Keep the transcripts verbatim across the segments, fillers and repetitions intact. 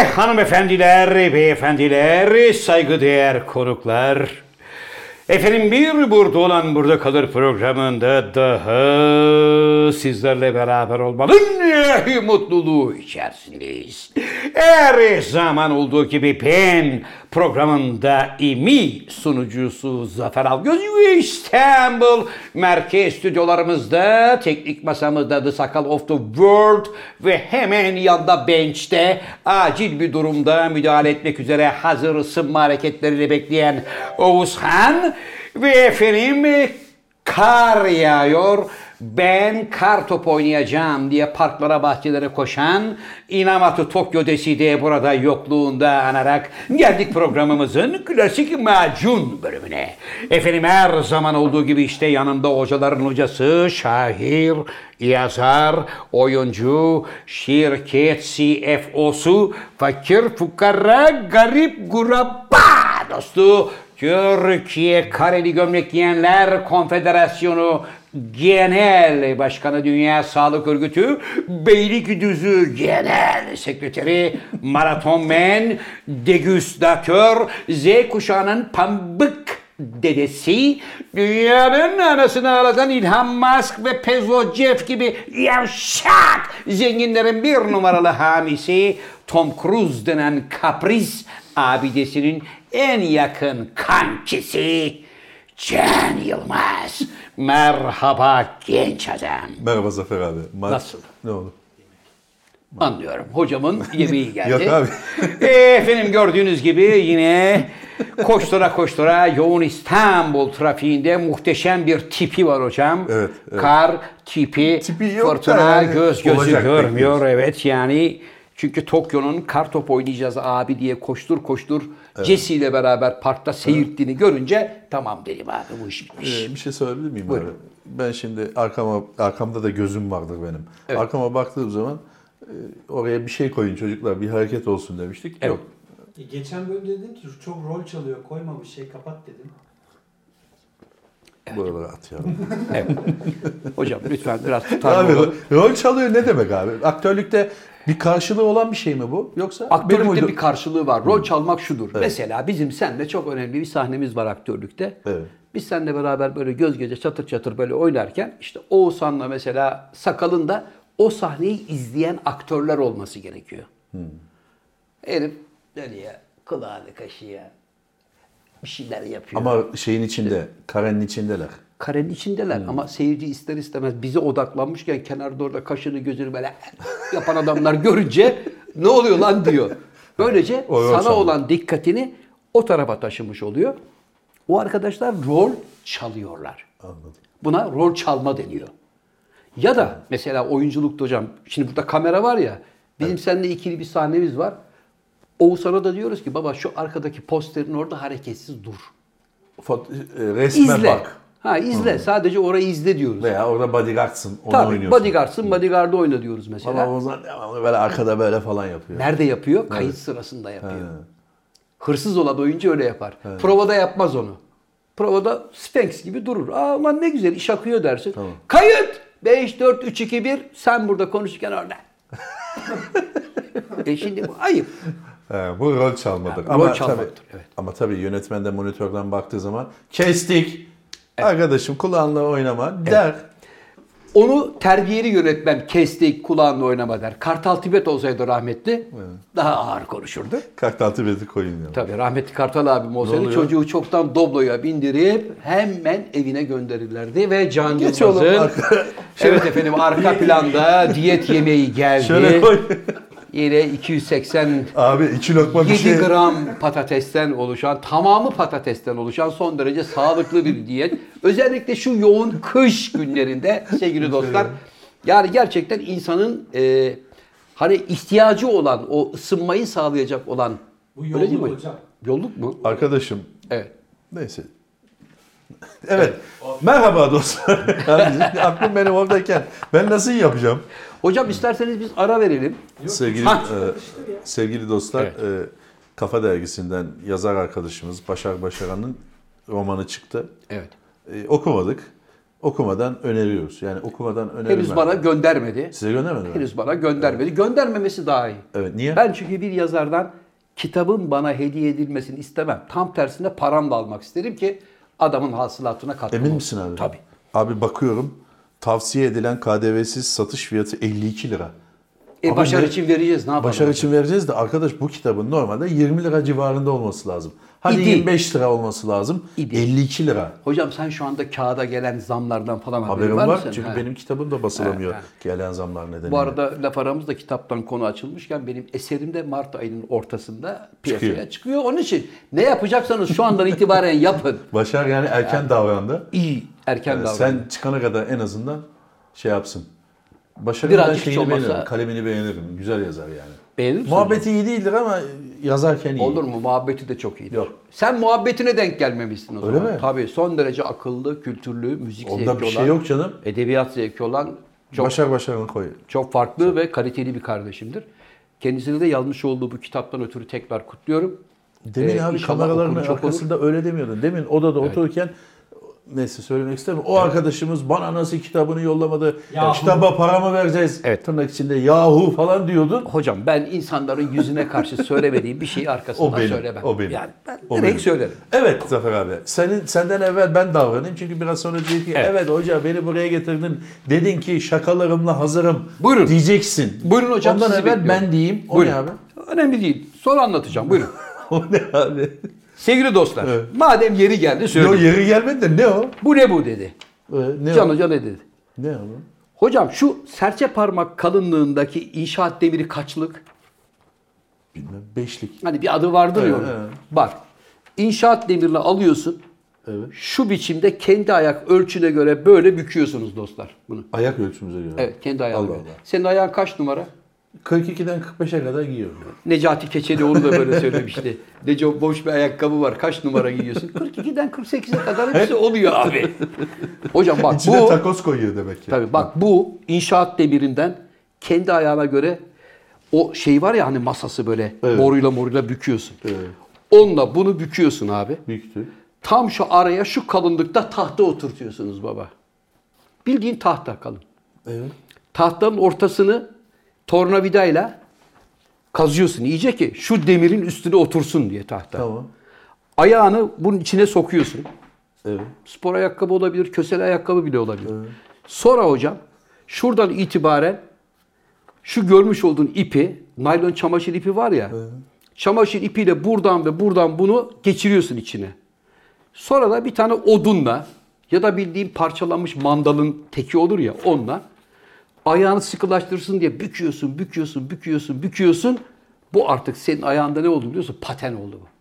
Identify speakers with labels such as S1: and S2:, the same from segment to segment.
S1: Hanımefendiler, beyefendiler, saygıdeğer konuklar. Efendim bir burada olan burada kalır programında daha sizlerle beraber olmanın mutluluğu içerisindeyiz. Her zaman olduğu gibi ben programında imi sunucusu Zafer Algöz ve İstanbul merkez stüdyolarımızda, teknik masamızda The Sakal of the World ve hemen yanda bench'te acil bir durumda müdahale etmek üzere hazır ısınma hareketleriyle bekleyen Oğuzhan ve efendim kar yağıyor. Ben kar top oynayacağım diye parklara bahçelere koşan Inamatu Tokyo Desi'de burada yokluğunda anarak geldik programımızın klasik macun bölümüne. Efendim her zaman olduğu gibi işte yanımda hocaların hocası, şair, yazar, oyuncu, şirket C F O'su, fakir fukara, garip guraba dostu, Türkiye Kareli Gömlek Giyenler Konfederasyonu Genel Başkanı, Dünya Sağlık Örgütü Beylikdüzü Genel Sekreteri, Maratonmen, Degüstatör, Z kuşağının pambık dedesi, dünyanın anasını ağlatan Elon Musk ve Pezo Jeff gibi yavşak zenginlerin bir numaralı hamisi, Tom Cruise denen kapris abidesinin en yakın kankisi Can Yılmaz. Merhaba genç adam.
S2: Merhaba Zafer abi. Ma-
S1: Nasıl?
S2: Ne oldu?
S1: Anlıyorum. Hocamın yemeği geldi.
S2: Yok abi.
S1: e, efendim gördüğünüz gibi yine koştura koştura yoğun İstanbul trafiğinde muhteşem bir tipi var hocam.
S2: Evet, evet.
S1: Kar tipi,
S2: Tipi yok da
S1: fırtına
S2: yani
S1: göz gözü
S2: olacak
S1: görmüyor.
S2: bekliyoruz.
S1: Evet yani çünkü Tokyo'nun kar top oynayacağız abi diye koştur koştur evet. Jesse ile beraber parkta seyirttiğini evet. görünce tamam dedim abi bu iş bitmiş.
S2: Ee, bir şey söyleyebilir miyim
S1: Buyurun.
S2: abi? Ben şimdi arkama arkamda da gözüm vardır benim.
S1: Evet.
S2: Arkama baktığım zaman e, oraya bir şey koyun çocuklar, bir hareket olsun demiştik.
S1: Evet.
S2: Yok.
S3: E geçen bölüm dedin ki çok rol çalıyor, koyma bir şey, kapat dedin.
S2: Evet. Buraları at ya.
S1: Evet. Hocam lütfen biraz tutarlı
S2: Abi
S1: olun.
S2: rol çalıyor ne demek abi? Aktörlükte bir karşılığı olan bir şey mi bu? Yoksa
S1: Aktörlükte
S2: benim
S1: bir karşılığı var. Rol çalmak şudur.
S2: Evet.
S1: Mesela bizim seninle çok önemli bir sahnemiz var aktörlükte.
S2: Evet.
S1: Biz seninle beraber böyle göz göze çatır çatır böyle oynarken işte Oğuzhan'la mesela Sakal'ın da o sahneyi izleyen aktörler olması gerekiyor. Hmm. Herif dönüyor, kulağını kaşıyor, bir şeyler yapıyor.
S2: Ama şeyin içinde, karenin içindeler.
S1: Karenin içindeler hmm. ama seyirci ister istemez bize odaklanmışken kenarda orada kaşını gözünü böyle yapan adamlar görünce ne oluyor lan diyor. Böylece
S2: o
S1: sana
S2: çalıyor.
S1: olan dikkatini o tarafa taşımış oluyor. O arkadaşlar rol çalıyorlar.
S2: Anladım.
S1: Buna rol çalma deniyor. Ya da mesela oyunculukta hocam, şimdi burada kamera var ya, bizim evet. seninle ikili bir sahnemiz var. Oğuzhan'a da diyoruz ki baba şu arkadaki posterin orada hareketsiz dur.
S2: Foto, resme
S1: İzle.
S2: bak.
S1: Ha izle. Hı. Sadece orayı izle diyoruz.
S2: Veya orada bodyguardsın, onu
S1: Tabii,
S2: oynuyorsun.
S1: bodyguardsın, bodyguard'ı oyna diyoruz mesela.
S2: Ama o zaman devamlı böyle arkada böyle falan yapıyor.
S1: Nerede yapıyor? Kayıt evet. sırasında yapıyor. He. Hırsız olan oyuncu öyle yapar. He. Provada yapmaz onu. Provada Sphinx gibi durur. Aa ulan ne güzel iş akıyor dersin. Tamam. Kayıt! beş, dört, üç, iki, bir sen burada konuşurken orada. e şimdi bu ayıp.
S2: He, bu rol çalmadır.
S1: Ha,
S2: ama
S1: rol çalmaktır.
S2: Tabii,
S1: evet.
S2: Ama tabii yönetmen de monitörden baktığı zaman kestik. Evet. Arkadaşım kulağınla oynama evet. der.
S1: Onu terbiyeli yönetmen kestik kulağınla oynama der. Kartal Tibet olsaydı rahmetli evet. daha ağır konuşurdu.
S2: Kartal Tibet'i koyun yani.
S1: Tabii rahmetli Kartal abim olsaydı çocuğu çoktan Doblo'ya bindirip hemen evine gönderirlerdi ve Can Yılmaz'ın evet efendim arka planda diyet yemeği geldi.
S2: Şöyle koy.
S1: Yine iki yüz seksen
S2: abi iki lokma bir
S1: yedi
S2: şey.
S1: gram patatesten oluşan, tamamı patatesten oluşan son derece sağlıklı bir diyet. Özellikle şu yoğun kış günlerinde sevgili dostlar. Yani gerçekten insanın e, hani ihtiyacı olan, o ısınmayı sağlayacak olan.
S3: Bu yolluk hocam.
S1: Yolluk mu?
S2: Arkadaşım.
S1: Evet.
S2: Neyse. Evet. Merhaba dostlar. Aklım benim oradayken ben nasıl yapacağım?
S1: Hocam isterseniz biz ara verelim.
S2: Sevgili e, sevgili dostlar, evet. e, Kafa Dergisi'nden yazar arkadaşımız Başar Başaran'ın romanı çıktı.
S1: Evet.
S2: E, okumadık. okumadan öneriyoruz. Yani okumadan önerilmez.
S1: Henüz bana göndermedi.
S2: Size göndermedi mi?
S1: Henüz bana göndermedi. Göndermemesi daha iyi.
S2: Evet, niye?
S1: Ben çünkü bir yazardan kitabın bana hediye edilmesini istemem. Tam tersine paramla almak isterim ki adamın hasılatına katkı
S2: Emin
S1: olsun.
S2: misin abi?
S1: Tabii.
S2: Abi bakıyorum, tavsiye edilen K D V'siz satış fiyatı elli iki lira.
S1: E
S2: Ama
S1: başarı
S2: ne-
S1: için vereceğiz. Ne yapalım?
S2: Başarı için vereceğiz de arkadaş, bu kitabın normalde yirmi lira civarında olması lazım. Hadi
S1: İdi.
S2: yirmi beş lira olması lazım.
S1: İdi.
S2: elli iki lira.
S1: Hocam sen şu anda kağıda gelen zamlardan falan haberin
S2: Haberim
S1: var
S2: var
S1: mı senin?
S2: çünkü
S1: Ha.
S2: benim kitabım da basılamıyor
S1: Ha, ha.
S2: gelen zamlar nedeniyle.
S1: Bu arada laf aramızda kitaptan konu açılmışken benim eserim de Mart ayının ortasında piyasaya
S2: Çıkıyor.
S1: çıkıyor. Onun için ne yapacaksanız şu andan itibaren yapın.
S2: Başar yani erken davrandı.
S1: İyi, erken
S2: Ee,
S1: davranın.
S2: Sen çıkana kadar en azından şey yapsın. Başarılı
S1: Birazcık
S2: ben
S1: hiç
S2: şeyini
S1: olmazsa-
S2: beğenirim, kalemini beğenirim. Güzel yazar yani.
S1: Beğenir misin
S2: Muhabbeti iyi değildir ama yazarken iyi.
S1: Olur mu? Muhabbeti de çok iyidir.
S2: Yok.
S1: Sen muhabbetine denk gelmemişsin o
S2: Öyle
S1: zaman.
S2: mi?
S1: Tabii son derece akıllı, kültürlü, müzik zevki
S2: Onda bir
S1: olan,
S2: şey yok canım.
S1: edebiyat zevki olan çok
S2: Başar Başar'ını koy.
S1: çok farklı ve kaliteli bir kardeşimdir. Kendisine de yazmış olduğu bu kitaptan ötürü tekrar kutluyorum.
S2: Demin
S1: Ee,
S2: abi
S1: inşallah
S2: kameraların
S1: okuru çok
S2: arkasında öyle demiyordun. Demin odada otururken neyse söylemek istemiyorum. O arkadaşımız bana nasıl kitabını yollamadı?
S3: Yahu.
S2: Kitaba para mı vereceğiz?
S1: Evet.
S2: Tırnak içinde yahu falan diyordun.
S1: Hocam ben insanların yüzüne karşı söylemediğim bir şeyi arkasından
S2: O benim,
S1: söylemem.
S2: o benim.
S1: Yani ben
S2: O
S1: direkt
S2: benim.
S1: söylerim.
S2: Evet Zafer abi. Senin senden evvel ben davranayım çünkü biraz sonra diyecek ki
S1: Evet.
S2: evet. hoca beni buraya getirdin. Dedin ki şakalarımla hazırım.
S1: Buyurun.
S2: Diyeceksin.
S1: Buyurun hocam,
S2: Ondan
S1: sizi
S2: evvel
S1: bekliyorum.
S2: ben diyeyim. O
S1: Buyurun.
S2: ne abi?
S1: Önemli değil. Sonra anlatacağım. Buyurun.
S2: O ne abi?
S1: Sevgili dostlar,
S2: Evet.
S1: madem yeri geldi
S2: Ne o
S1: söyleyeyim.
S2: yeri gelmedi de ne o?
S1: Bu ne bu dedi.
S2: Ee, ne
S1: Can
S2: o?
S1: Hoca ne dedi?
S2: Ne o?
S1: Hocam şu serçe parmak kalınlığındaki inşaat demiri kaçlık?
S2: Bilmem. Beşlik.
S1: Hani bir adı vardır ya
S2: Evet,
S1: onun.
S2: evet.
S1: Bak, inşaat demirini alıyorsun.
S2: Evet.
S1: Şu biçimde kendi ayak ölçüne göre böyle büküyorsunuz dostlar bunu.
S2: Ayak ölçümüze göre.
S1: Evet, kendi ayağına
S2: Allah
S1: göre.
S2: Allah.
S1: Senin ayağın kaç numara?
S2: kırk ikiden kırk beşe kadar giyiyorum.
S1: Necati Keçeli onu da böyle söylemişti. Nece boş bir ayakkabı var. Kaç numara giyiyorsun? kırk ikiden kırk sekize kadar hepsi oluyor abi. Hocam bak
S2: İçine
S1: bu
S2: takoz koyuyor demek ki.
S1: tabii bak bu inşaat demirinden kendi ayağına göre o şey var ya hani masası böyle
S2: Evet.
S1: moruyla moruyla büküyorsun.
S2: Evet.
S1: Onunla bunu büküyorsun abi.
S2: Büyüktü.
S1: Tam şu araya şu kalınlıkta tahta oturtuyorsunuz baba. Bildiğin tahta kalın.
S2: Evet.
S1: Tahtanın ortasını tornavidayla kazıyorsun iyice ki şu demirin üstüne otursun diye tahta.
S2: Tamam.
S1: Ayağını bunun içine sokuyorsun.
S2: Evet.
S1: Spor ayakkabı olabilir, kösel ayakkabı bile olabilir. Sonra hocam şuradan itibaren şu görmüş olduğun ipi, naylon çamaşır ipi var ya. Çamaşır ipiyle buradan ve buradan bunu geçiriyorsun içine. Sonra da bir tane odunla ya da bildiğin parçalanmış mandalın teki olur ya onunla ayağını sıkılaştırsın diye büküyorsun, büküyorsun, büküyorsun, büküyorsun. Bu artık senin ayağında ne oldu biliyorsun? Paten oldu bu.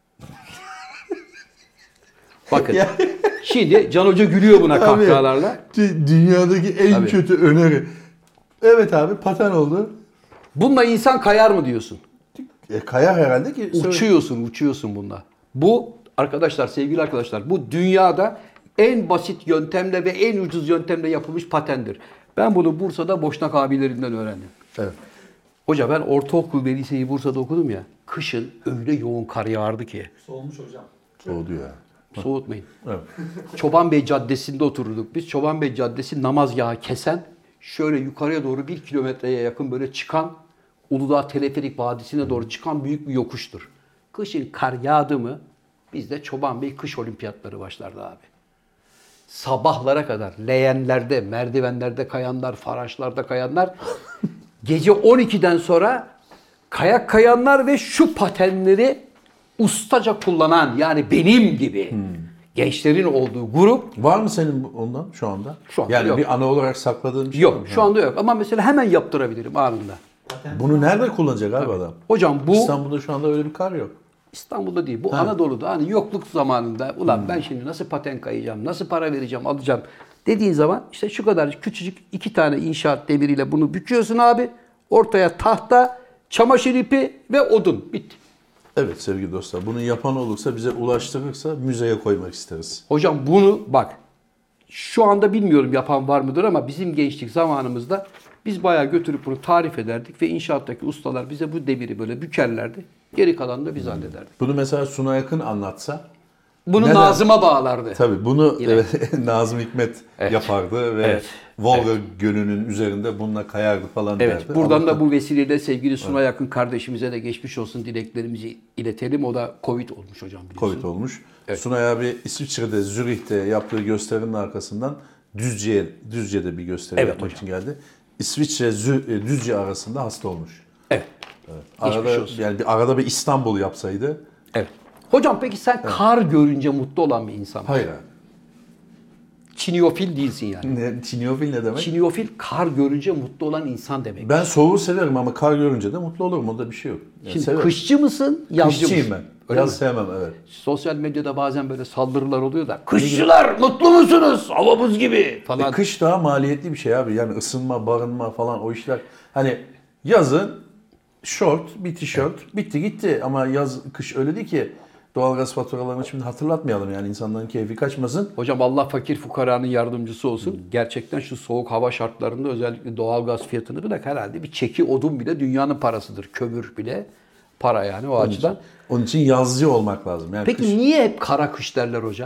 S1: Bakın. Şimdi Can Hoca gülüyor buna kahkahalarla.
S2: Dü- Dünyadaki en
S1: Tabii.
S2: kötü öneri. Evet abi paten oldu.
S1: Bununla insan kayar mı diyorsun?
S2: E, kayar herhalde ki. söyle-
S1: Uçuyorsun, uçuyorsun bununla. Bu arkadaşlar, sevgili arkadaşlar, bu dünyada en basit yöntemle ve en ucuz yöntemle yapılmış patendir. Ben bunu Bursa'da Boşnak abilerinden öğrendim.
S2: Evet.
S1: Hoca ben ortaokul ve liseyi Bursa'da okudum ya. Kışın öyle yoğun kar yağardı ki.
S3: Soğumuş hocam.
S2: Oldu ya.
S1: Soğutmayın.
S2: Evet.
S1: Çoban Bey Caddesi'nde otururduk biz. Çoban Bey Caddesi namazgahı kesen, şöyle yukarıya doğru bir kilometreye yakın böyle çıkan, Uludağ Teleferik Vadisi'ne doğru çıkan büyük bir yokuştur. Kışın kar yağdı mı bizde Çoban Bey kış olimpiyatları başlardı abi. Sabahlara kadar leğenlerde, merdivenlerde kayanlar, faraşlarda kayanlar, gece on ikiden sonra kayak kayanlar ve şu patenleri ustaca kullanan yani benim gibi gençlerin olduğu grup
S2: Var mı senin bu- ondan şu anda?
S1: Şu anda
S2: yani
S1: yok.
S2: bir ana olarak sakladığın bir şey var
S1: yok.
S2: mı?
S1: Şu anda yok ama mesela hemen yaptırabilirim anında.
S2: Bunu nerede kullanacak abi adam?
S1: Hocam bu
S2: İstanbul'da şu anda öyle bir kar yok.
S1: İstanbul'da değil. Bu Anadolu'da hani yokluk zamanında ulan ben şimdi nasıl paten kayacağım, nasıl para vereceğim, alacağım dediğin zaman işte şu kadar küçücük iki tane inşaat demiriyle bunu büküyorsun abi. Ortaya tahta, çamaşır ipi ve odun. Bitti.
S2: Evet sevgili dostlar, bunu yapan olursa bize ulaştırırsa müzeye koymak isteriz.
S1: Hocam bunu bak şu anda bilmiyorum yapan var mıdır ama bizim gençlik zamanımızda biz bayağı götürüp bunu tarif ederdik ve inşaattaki ustalar bize bu demiri böyle bükerlerdi. Geri kalanını da biz hallederdik.
S2: Bunu mesela Suna Yakın anlatsa
S1: Bunu
S2: Neden?
S1: Nazım'a bağlardı.
S2: Tabii bunu
S1: Yine.
S2: evet, Nazım Hikmet
S1: Evet.
S2: yapardı ve
S1: Evet.
S2: Volga Gölü'nün üzerinde bununla kayardı falan
S1: Evet,
S2: derdi.
S1: buradan
S2: Ama
S1: da bu vesileyle sevgili Sunay Akın kardeşimize de geçmiş olsun dileklerimizi iletelim. O da Covid olmuş hocam biliyorsun.
S2: Covid olmuş.
S1: Evet.
S2: Sunay abi İsviçre'de, Zürih'te yaptığı gösterinin arkasından Düzce'ye, Düzce'de bir gösteri
S1: Evet
S2: yapmak
S1: hocam.
S2: için geldi. İsviçre, Zü- e, Düzce arasında hasta olmuş.
S1: Evet. Geçmiş
S2: Arada,
S1: olsun.
S2: yani bir arada bir İstanbul yapsaydı.
S1: Evet. Hocam peki sen kar görünce mutlu olan bir insan mısın?
S2: Hayır abi.
S1: Çiniyofil değilsin yani.
S2: Ne, Çiniyofil ne demek?
S1: Çiniyofil kar görünce mutlu olan insan demek.
S2: Ben soğuğu severim ama kar görünce de mutlu olurum. Onda bir şey yok. Yani
S1: Şimdi
S2: severim.
S1: kışçı mısın, yazcı
S2: Kışçıyım
S1: mısın?
S2: ben.
S1: Öyle
S2: Yaz
S1: mi?
S2: sevmem evet.
S1: Sosyal medyada bazen böyle saldırılar oluyor da kışçılar mutlu musunuz? Hava buz gibi falan.
S2: E, kış daha maliyetli bir şey abi. Yani ısınma, barınma falan o işler. Hani yazın şort, bir tişört bitti gitti. Ama yaz, kış öyle değil ki. Doğalgaz faturalarını şimdi hatırlatmayalım yani insanların keyfi kaçmasın.
S1: Hocam Allah fakir fukaranın yardımcısı olsun. Gerçekten şu soğuk hava şartlarında özellikle doğalgaz fiyatını bırak herhalde bir çeki odun bile dünyanın parasıdır. Kömür bile para yani o açıdan.
S2: Onun için yazcı olmak lazım. Yani
S1: Peki
S2: kış
S1: niye hep kara kış derler hoca?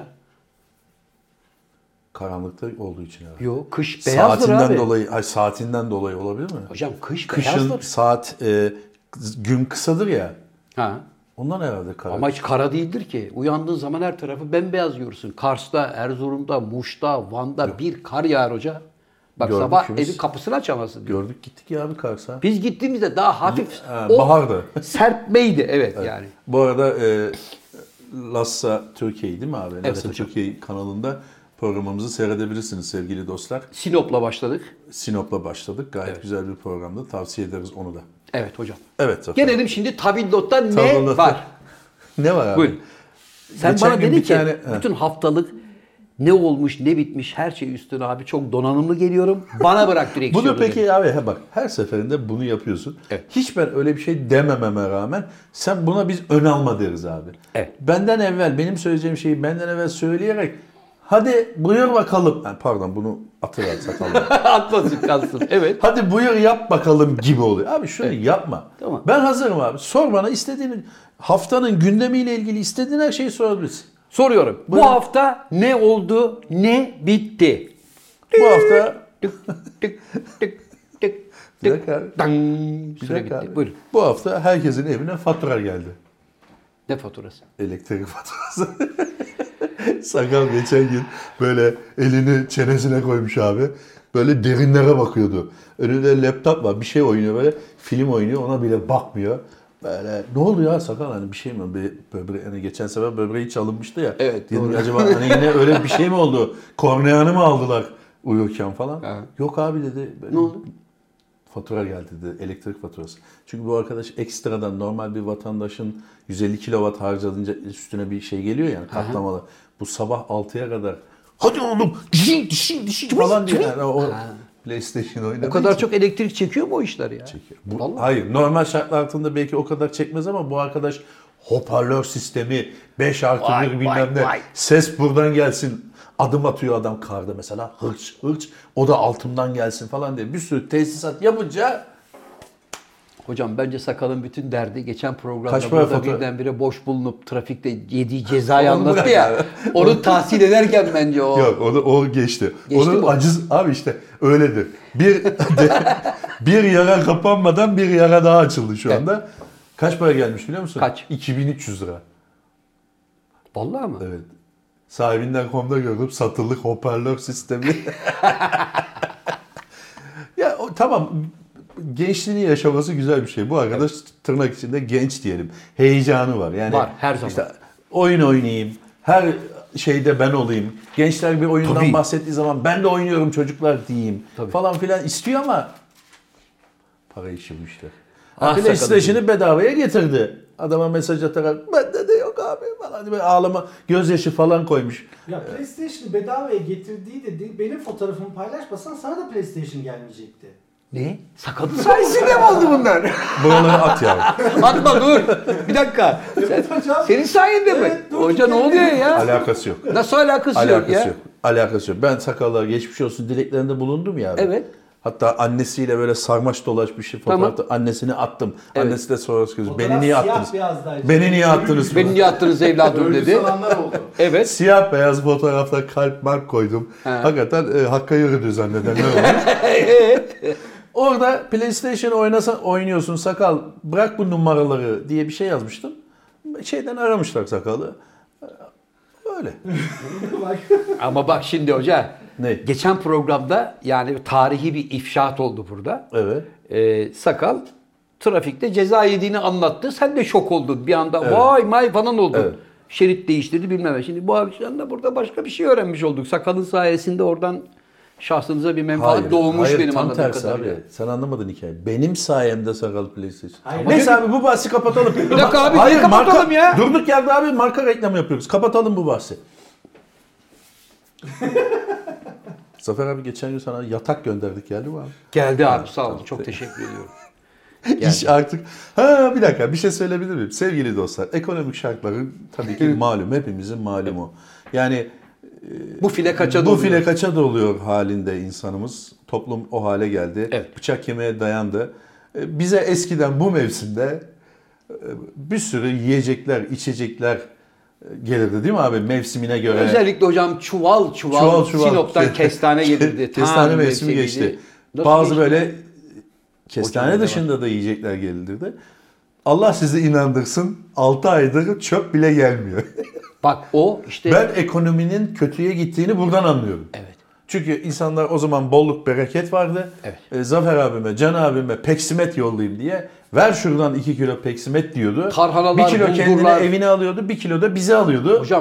S2: karanlıkta olduğu için abi.
S1: Yok kış beyazdır
S2: Saatinden
S1: abi.
S2: dolayı, ay saatinden dolayı olabilir mi?
S1: Hocam kış
S2: Kışın
S1: beyazdır.
S2: saat e, gün kısadır ya.
S1: Ha.
S2: Ondan herhalde kara.
S1: Ama hiç kara değildir ki. Uyandığın zaman her tarafı bembeyaz görürsün. Kars'ta, Erzurum'da, Muş'ta, Van'da bir kar yağar hoca. Bak
S2: Gördük
S1: sabah
S2: biz.
S1: evin kapısını açamazsın diyor.
S2: Gördük gittik ya abi Kars'a.
S1: Biz gittiğimizde daha hafif
S2: Ha,
S1: o
S2: bahardı.
S1: serpmeydi evet, yani.
S2: Bu arada e, Lassa Türkiye değil mi abi?
S1: Evet
S2: Lassa
S1: hocam.
S2: Türkiye kanalında programımızı seyredebilirsiniz sevgili dostlar.
S1: Sinop'la başladık.
S2: Sinop'la başladık. Gayet güzel bir programdı. Tavsiye ederiz onu da.
S1: Evet hocam.
S2: Evet. Zafer.
S1: Gelelim şimdi Tabildot'ta ne
S2: Tabildot'ta-
S1: var?
S2: Ne var abi?
S1: Buyurun. Sen
S2: Geçen
S1: bana
S2: gün
S1: dedin
S2: bir
S1: ki
S2: tane- He.
S1: bütün haftalık ne olmuş, ne bitmiş her şey üstüne abi çok donanımlı geliyorum. Bana bırak direksiyonu.
S2: Bunu peki
S1: dedin.
S2: abi he bak her seferinde bunu yapıyorsun.
S1: Evet.
S2: Hiç ben öyle bir şey demememe rağmen sen buna biz ön alma deriz abi.
S1: Evet.
S2: Benden evvel benim söyleyeceğim şeyi benden evvel söyleyerek hadi buyur bakalım. Yani pardon bunu atıver sakalım.
S1: Atmasın kalsın. Evet.
S2: Hadi buyur yap bakalım gibi oluyor. Abi şunu yapma.
S1: Tamam.
S2: Ben hazırım abi. Sor bana istediğini haftanın gündemiyle ilgili istediğin her şeyi sorabilirsin.
S1: Soruyorum. Bu
S2: Buyurun.
S1: hafta ne oldu, ne bitti?
S2: Bu hafta
S1: Tık tık tık tık
S2: Bir
S1: tık.
S2: dakika abi.
S1: Dang.
S2: Bir
S1: Süre
S2: dakika
S1: bitti.
S2: abi.
S1: Buyurun.
S2: Bu hafta herkesin evine fatura geldi.
S1: Ne faturası?
S2: Elektrik faturası. Sakal geçen gün böyle elini çenesine koymuş abi. Böyle derinlere bakıyordu. Önünde laptop var, bir şey oynuyor böyle. Film oynuyor, ona bile bakmıyor. Böyle ne oldu ya sakal hani bir şey mi? Bir böbre hani geçen sefer böbreği çalınmıştı ya.
S1: Evet,
S2: Dedim
S1: doğru.
S2: acaba hani yine öyle bir şey mi oldu? Korneanı mı aldılar uyurken falan?
S1: Ha.
S2: Yok abi dedi. Böyle
S1: Ne oldu?
S2: fatura geldi dedi, elektrik faturası. Çünkü bu arkadaş ekstradan normal bir vatandaşın yüz elli kilowatt harcadınca üstüne bir şey geliyor yani katlamalı. Bu sabah altıya kadar hadi oğlum dişin dişin dişin falan diye yani o PlayStation oynadığı
S1: O kadar
S2: için
S1: çok elektrik çekiyor mu o işler ya?
S2: çekiyor. Bu,
S1: Vallahi.
S2: hayır normal şartlar altında belki o kadar çekmez ama bu arkadaş hoparlör sistemi beş artı
S1: Vay,
S2: bir bilmem
S1: vay,
S2: ne
S1: vay.
S2: ses buradan gelsin. Adım atıyor adam karda mesela hırç hırç o da altımdan gelsin falan diye bir sürü tesisat yapınca
S1: Hocam bence Sakal'ın bütün derdi geçen programda
S2: Kaç para
S1: burada
S2: fatura?
S1: birdenbire boş bulunup trafikte yediği cezayı
S2: Onu
S1: anlattı
S2: bırak
S1: ya.
S2: abi.
S1: Onu tahsil ederken bence o.
S2: yok o, da, o geçti.
S1: Geçti
S2: Onun
S1: mi o?
S2: aciz abi işte öyledir. Bir bir yara kapanmadan bir yara daha açıldı şu
S1: Evet.
S2: anda. Kaç para gelmiş biliyor musun?
S1: Kaç?
S2: iki bin üç yüz lira.
S1: Vallahi mı?
S2: Evet. Sahibinden nokta com'da gördüm satılık hoparlör sistemi. ya o, tamam gençliğini yaşaması güzel bir şey. Bu arkadaş tırnak içinde genç diyelim. Heyecanı var. Yani
S1: Var, her zaman.
S2: işte oyun oynayayım. Her şeyde ben olayım. Gençler bir oyundan
S1: Tabii.
S2: bahsettiği zaman ben de oynuyorum çocuklar diyeyim
S1: Tabii.
S2: falan filan istiyor ama para işi bu işte.
S1: Ah,
S2: PlayStation'ı bedavaya getirdi. Adama mesaj atarak bende de yok abi falan diye böyle ağlama gözyaşı falan koymuş.
S3: Ya PlayStation'ı bedavaya getirdiği de değil, benim fotoğrafımı paylaşmasan sana da PlayStation gelmeyecekti.
S1: Ne? Sakalın sayesinde mi oldu bunlar?
S2: Buraları at ya.
S1: Atma dur. Bir dakika. Sen,
S3: hocam.
S1: senin sayende mi?
S3: Evet, dur,
S1: Hoca ne
S3: dur.
S1: oluyor ya?
S2: Alakası yok.
S1: Nasıl alakası, yok
S2: Alakası
S1: ya?
S2: yok. Alakası yok. Ben sakallara geçmiş olsun dileklerinde bulundum ya abi.
S1: Evet.
S2: Hatta annesiyle böyle sarmaş dolaş bir şey fotoğrafta. Annesini attım.
S1: Evet.
S2: Annesi de sonra kızdı.
S3: Fotoğraf
S2: Beni niye
S3: siyah
S2: attınız?
S3: beyazdaydı.
S2: Beni niye attınız?
S1: Beni niye attınız evladım dedi.
S3: Ölü sananlar oldu.
S1: Evet.
S2: Siyah beyaz fotoğrafta kalp mark koydum.
S1: He.
S2: Hakikaten e, Hakk'a yürüdü zannedenler olmuş. Orada PlayStation oynasa, oynuyorsun sakal bırak bu numaraları diye bir şey yazmıştım. Şeyden aramışlar sakalı. Öyle.
S3: Bak.
S1: Ama bak şimdi hoca.
S2: Ne?
S1: Geçen programda yani tarihi bir ifşaat oldu burada.
S2: Evet.
S1: Ee, sakal trafikte ceza yediğini anlattı. Sen de şok oldun. Bir anda
S2: Evet.
S1: vay may falan oldun.
S2: Evet.
S1: Şerit değiştirdi bilmem ne. Şimdi bu akşam da burada başka bir şey öğrenmiş olduk. Sakalın sayesinde oradan şahsınıza bir menfaat doğmuş
S2: hayır,
S1: benim
S2: tam
S1: anladığım
S2: tersi
S1: kadarıyla.
S2: abi. Sen anlamadın hikayeyi. Benim sayemde sakal PlayStation.
S3: Hayır.
S2: Neyse abi bu bahsi kapatalım.
S1: Bir dakika abi,
S2: Hayır,
S1: niye kapatalım
S2: marka,
S1: ya?
S2: Durduk yerde abi marka reklamı yapıyoruz. Kapatalım bu bahsi. Zafer abi geçen gün sana yatak gönderdik geldi mi abi?
S1: Geldi abi sağ olun. Çok teşekkür ediyorum.
S2: İş artık... Ha bir dakika bir şey söyleyebilir miyim? Sevgili dostlar ekonomik şartların tabii ki malum hepimizin malumu. Yani
S1: Bu file kaça
S2: bu
S1: doluyor?
S2: file kaça doluyor halinde insanımız. Toplum o hale geldi.
S1: Evet.
S2: Bıçak kemiğe dayandı. E, Bize eskiden bu mevsimde e, bir sürü yiyecekler, içecekler e, gelirdi değil mi abi mevsimine göre?
S1: Özellikle hocam çuval çuval,
S2: Çuval çuval.
S1: Sinop'tan kestane gelirdi.
S2: Kestane
S1: Tam
S2: mevsimi
S1: mevsimiydi.
S2: geçti.
S1: Nasıl
S2: Bazı
S1: geçti?
S2: böyle kestane
S1: Hocam,
S2: dışında da yiyecekler gelirdi. Allah sizi inandırsın altı aydır çöp bile gelmiyor.
S1: Bak o işte
S2: Ben ekonominin kötüye gittiğini buradan anlıyorum.
S1: evet.
S2: Çünkü insanlar o zaman bolluk bereket vardı.
S1: Evet.
S2: E, Zafer abime, Can abime peksimet yollayayım diye ver şuradan iki kilo peksimet diyordu.
S1: Tarhanalar,
S2: bir kilo kendine
S1: bulgurlar.
S2: evine alıyordu, bir kilo da bize alıyordu.
S1: Hocam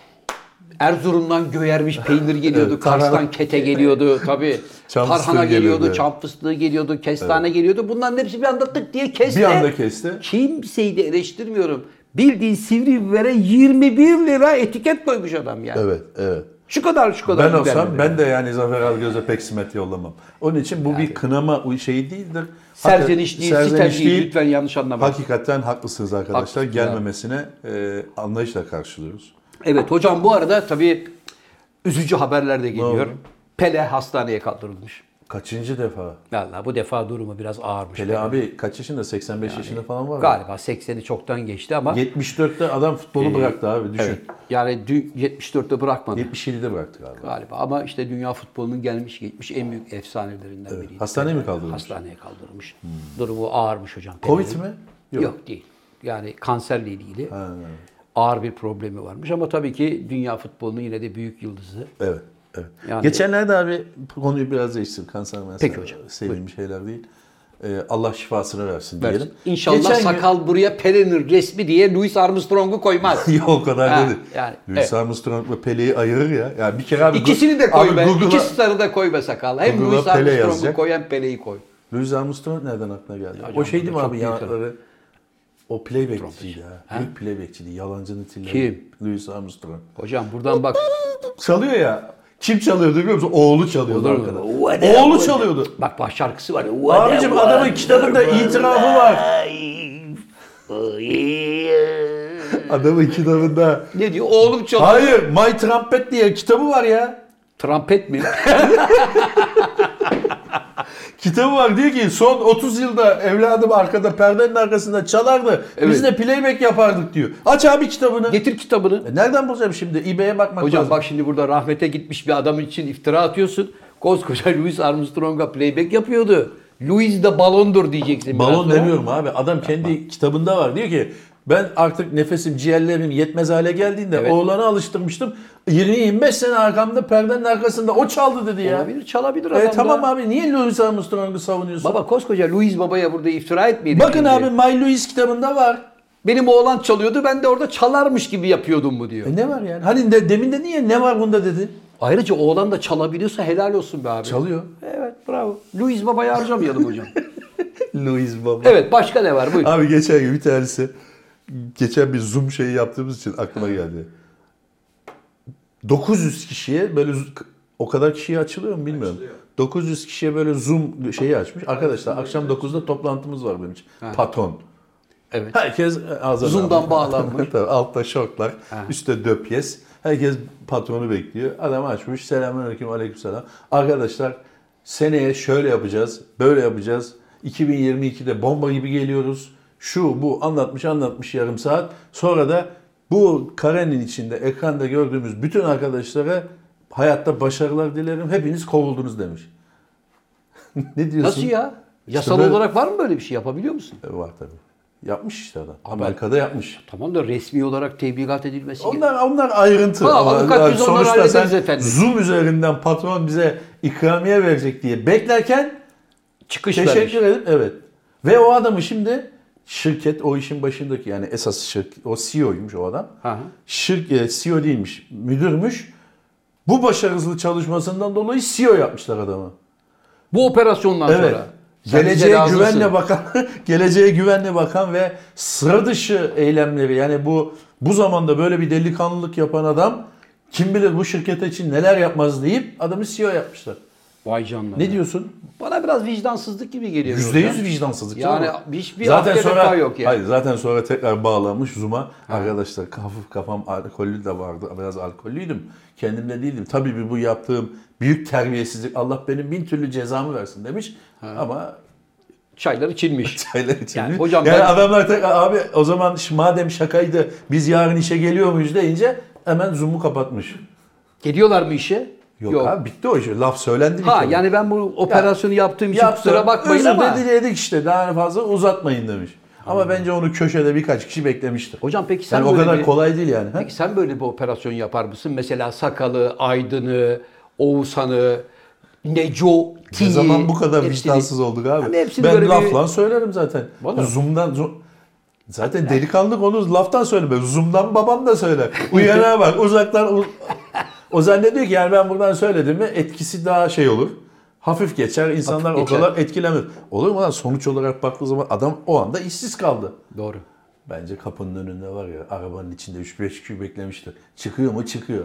S1: Erzurum'dan göyermiş peynir geliyordu,
S2: Evet,
S1: Kars'tan
S2: tarhana-
S1: kete geliyordu tabii.
S2: Çam
S1: Tarhana
S2: fıstığı
S1: geliyordu,
S2: geliyordu.
S1: çam fıstığı geliyordu, kestane geliyordu. Bunların hepsi bir anda tık diye kesti.
S2: Bir anda kesti.
S1: Kimseyi de eleştirmiyorum. Bildiğin sivri bibere yirmi bir lira etiket koymuş adam yani.
S2: Evet, evet.
S1: Şu kadar şu kadar
S2: Ben
S1: biber
S2: olsam
S1: dedi.
S2: ben de yani Zafer Algöz'e peksimet yollamam. Onun için bu bir kınama şeyi değildir.
S1: Serzeniş değil,
S2: Serzeniş
S1: sitem değil. Lütfen yanlış anlamayın.
S2: Hakikaten haklısınız arkadaşlar.
S1: Haklısınız
S2: Gelmemesine e, anlayışla karşılıyoruz.
S1: Evet hocam bu arada tabii üzücü haberler de geliyor.
S2: oldu?
S1: Pele hastaneye kaldırılmış.
S2: Kaçıncı defa?
S1: Vallahi bu defa durumu biraz ağırmış.
S2: Pele abi kaç yaşında? seksen beş yaşında falan var mı?
S1: Galiba sekseni çoktan geçti ama
S2: yetmiş dörtte adam futbolu bıraktı abi düşün.
S1: evet, yani dü- yetmiş dörtte bırakmadı
S2: yetmiş yedide bıraktı galiba.
S1: galiba ama işte dünya futbolunun gelmiş geçmiş en büyük efsanelerinden biriydi.
S2: Hastaneye mi kaldırılmış?
S1: Hastaneye kaldırılmış. Durumu ağırmış hocam.
S2: Covid
S1: Pele'nin.
S2: mi?
S1: Yok. değil. Yani kanserle ilgili
S2: Ha,
S1: ağır bir problemi varmış ama tabii ki dünya futbolunun yine de büyük yıldızı.
S2: evet. Evet.
S1: Yani-
S2: Geçenlerde abi konuyu biraz değiştir. Kanser mesela
S1: Peki hocam,
S2: sevdiğim şeyler değil. Ee, Allah şifasını versin
S1: Versin.
S2: diyelim.
S1: İnşallah
S2: Geçen gün-
S1: sakal buraya Pele'nin resmi diye Louis Armstrong'u koymaz.
S2: Yok o kadar
S1: Ha,
S2: değil.
S1: yani,
S2: Louis
S1: evet.
S2: Armstrong ve Pele'yi ayırır ya. Ya bir kere abi
S1: İkisini de
S2: abi
S1: koy be.
S2: Google'a-
S1: İki starı da koy be sakal. Hem
S2: Google'a
S1: Louis
S2: Pele
S1: Armstrong'u
S2: yazacak.
S1: koy hem Pele'yi koy.
S2: Louis Armstrong nereden aklına geldi?
S1: Hocam
S2: o şey değil mi
S1: burada
S2: abi
S1: çok büyük
S2: yanakları? O playbackçiydi ha. Büyük playbackçiydi. Yalancının tilleri.
S1: Kim?
S2: Louis Armstrong.
S1: Hocam buradan bak.
S2: Çalıyor ya. Kim çalıyordu biliyor musun? Oğlu çalıyordu
S1: Olur mu?
S2: arkada.
S1: What
S2: Oğlu
S1: up?
S2: çalıyordu.
S1: Bak bak şarkısı var.
S2: Abicim adamın kitabında itirafı var. Adamın kitabında.
S1: Ne diyor? Oğlum çalıyor.
S2: Hayır, My Trumpet diye kitabı var ya.
S1: Trompet mi?
S2: Kitabı var diyor ki son otuz yılda evladım arkada perdenin arkasında çalardı. Biz
S1: Evet.
S2: de playback yapardık diyor. Aç abi kitabını.
S1: Getir kitabını.
S2: E nereden bulacağım şimdi? eBay'e bakmak
S1: Hocam
S2: lazım.
S1: bak şimdi burada rahmete gitmiş bir adam için iftira atıyorsun. Koskoca Louis Armstrong'a playback yapıyordu. Louis de balondur diyeceksin. biraz
S2: Balon
S1: sonra.
S2: demiyorum abi. Adam kendi kitabında var. Diyor ki ben artık nefesim, ciğerlerim yetmez hale geldiğinde
S1: Evet.
S2: oğlanı alıştırmıştım. yirmi yirmi beş sene arkamda perdenin arkasında o çaldı dedi ya.
S1: Olabilir, çalabilir adam
S2: E,
S1: da.
S2: tamam abi niye Louis Armstrong'u savunuyorsun?
S1: Baba koskoca Louis Baba'ya burada iftira etmeyelim.
S2: Bakın
S1: şimdi.
S2: abi My Louis kitabında var.
S1: Benim oğlan çalıyordu ben de orada çalarmış gibi yapıyordum bu diyor.
S2: E ne var yani? Hani de, demin de niye ne var bunda dedi.
S1: Ayrıca oğlan da çalabiliyorsa helal olsun be abi.
S2: Çalıyor.
S1: Evet bravo. Louis Baba'yı harcamayalım hocam.
S2: Louis Baba.
S1: Evet başka ne var? Buyur.
S2: Abi geçen gün bir tanesi geçen bir Zoom şeyi yaptığımız için aklıma geldi. dokuz yüz kişiye böyle o kadar kişiye açılıyor mu bilmiyorum.
S3: Açılıyor.
S2: dokuz yüz kişiye böyle Zoom şeyi açmış. Arkadaşlar akşam dokuzda toplantımız var benim için. Patron.
S1: Evet.
S2: Herkes ağzına
S1: Zoom'dan bağlanmış.
S2: Tabii, altta şortlar,
S1: Ha.
S2: üstte döpyes. Herkes patronu bekliyor. Adam açmış. Selamünaleyküm, aleykümselam. Arkadaşlar seneye şöyle yapacağız, böyle yapacağız. iki bin yirmi ikide bomba gibi geliyoruz. Şu bu anlatmış anlatmış yarım saat. Sonra da bu karenin içinde ekranda gördüğümüz bütün arkadaşlara hayatta başarılar dilerim. Hepiniz kovuldunuz demiş. Ne diyorsun?
S1: Nasıl ya? Yasal
S2: böyle-
S1: olarak var mı böyle bir şey? Yapabiliyor musun?
S2: E, Var tabii. Yapmış işte adam.
S1: Ama-
S2: Amerika'da yapmış.
S1: Tamam da resmi olarak tebligat edilmesi gerekiyor.
S2: Onlar onlar ayrıntı.
S1: Ha,
S2: Ama
S1: avukat biz onları
S2: sonuçta
S1: hallederiz
S2: sen
S1: efendim.
S2: Zoom üzerinden patron bize ikramiye verecek diye beklerken
S1: Çıkış vermiş.
S2: teşekkür edip evet. Ve o adamı şimdi şirket o işin başındaki yani esas şirket o C E O'ymuş o adam.
S1: Hı hı.
S2: Şirket C E O değilmiş, müdürmüş. Bu başarısız çalışmasından dolayı C E O yapmışlar adamı.
S1: Bu operasyondan
S2: Evet.
S1: sonra. Sen bize
S2: Geleceğe
S1: lazımsın.
S2: güvenle bakan, geleceğe güvenle bakan ve sıra dışı eylemleri yani bu bu zamanda böyle bir delikanlılık yapan adam kim bilir bu şirket için neler yapmaz deyip adamı C E O yapmışlar.
S1: Vay canına.
S2: Ne
S1: ya.
S2: diyorsun?
S1: Bana biraz vicdansızlık gibi geliyor.
S2: Yüzde yüz
S1: hocam.
S2: vicdansızlık.
S1: Yani
S2: canım.
S1: hiçbir
S2: zaten
S1: zaten
S2: sonra
S1: yok yani.
S2: hayır zaten sonra tekrar bağlanmış Zoom'a. Arkadaşlar hafif kafam alkollü de vardı. Biraz alkollüydüm. Kendimde değildim. Tabii bir bu yaptığım büyük terbiyesizlik Allah benim bin türlü cezamı versin demiş. Ama
S1: Çaylar içilmiş.
S2: çaylar için.
S1: Yani
S2: Yani,
S1: hocam ben-
S2: adamlar tekrar abi o zaman ş- madem şakaydı biz yarın işe geliyor muyuz deyince hemen Zoom'u kapatmış.
S1: Geliyorlar mı işe?
S2: Yok, abi bitti o iş. Laf söylendi bir
S1: Ha
S2: kere.
S1: yani ben bu operasyonu yaptığım için
S2: Yaptı.
S1: kusura bakmayın
S2: Özür
S1: ama.
S2: de diledik işte daha fazla uzatmayın demiş. Ama bence onu köşede birkaç kişi beklemiştir.
S1: Hocam peki sen
S2: Yani o
S1: böyle
S2: kadar
S1: bir-
S2: kolay değil yani. ha?
S1: Peki sen böyle bir operasyon yapar mısın? Mesela Sakal'ı, Aydın'ı, Oğuzhan'ı, Neco,
S2: Ne
S1: T'yi.
S2: zaman bu kadar
S1: hepsini-
S2: vicdansız olduk abi?
S1: Hani hepsini
S2: Ben
S1: böyle bir-
S2: lafla söylerim zaten.
S1: Vallahi.
S2: Zoom'dan zo- zaten delikanlı onu laftan söyleme. Zoom'dan babam da söyler. Uyanığa bak uzaktan u- o zannediyor ki yani ben buradan söyledim mi etkisi daha şey olur. Hafif geçer. İnsanlar
S1: Hafif
S2: o
S1: geçer.
S2: kadar etkilenmez. Olur mu lan? Sonuç olarak baktığı zaman adam o anda işsiz kaldı.
S1: Doğru.
S2: Bence kapının önünde var ya arabanın içinde üç beş kişi beklemiştir. Çıkıyor mu? Çıkıyor.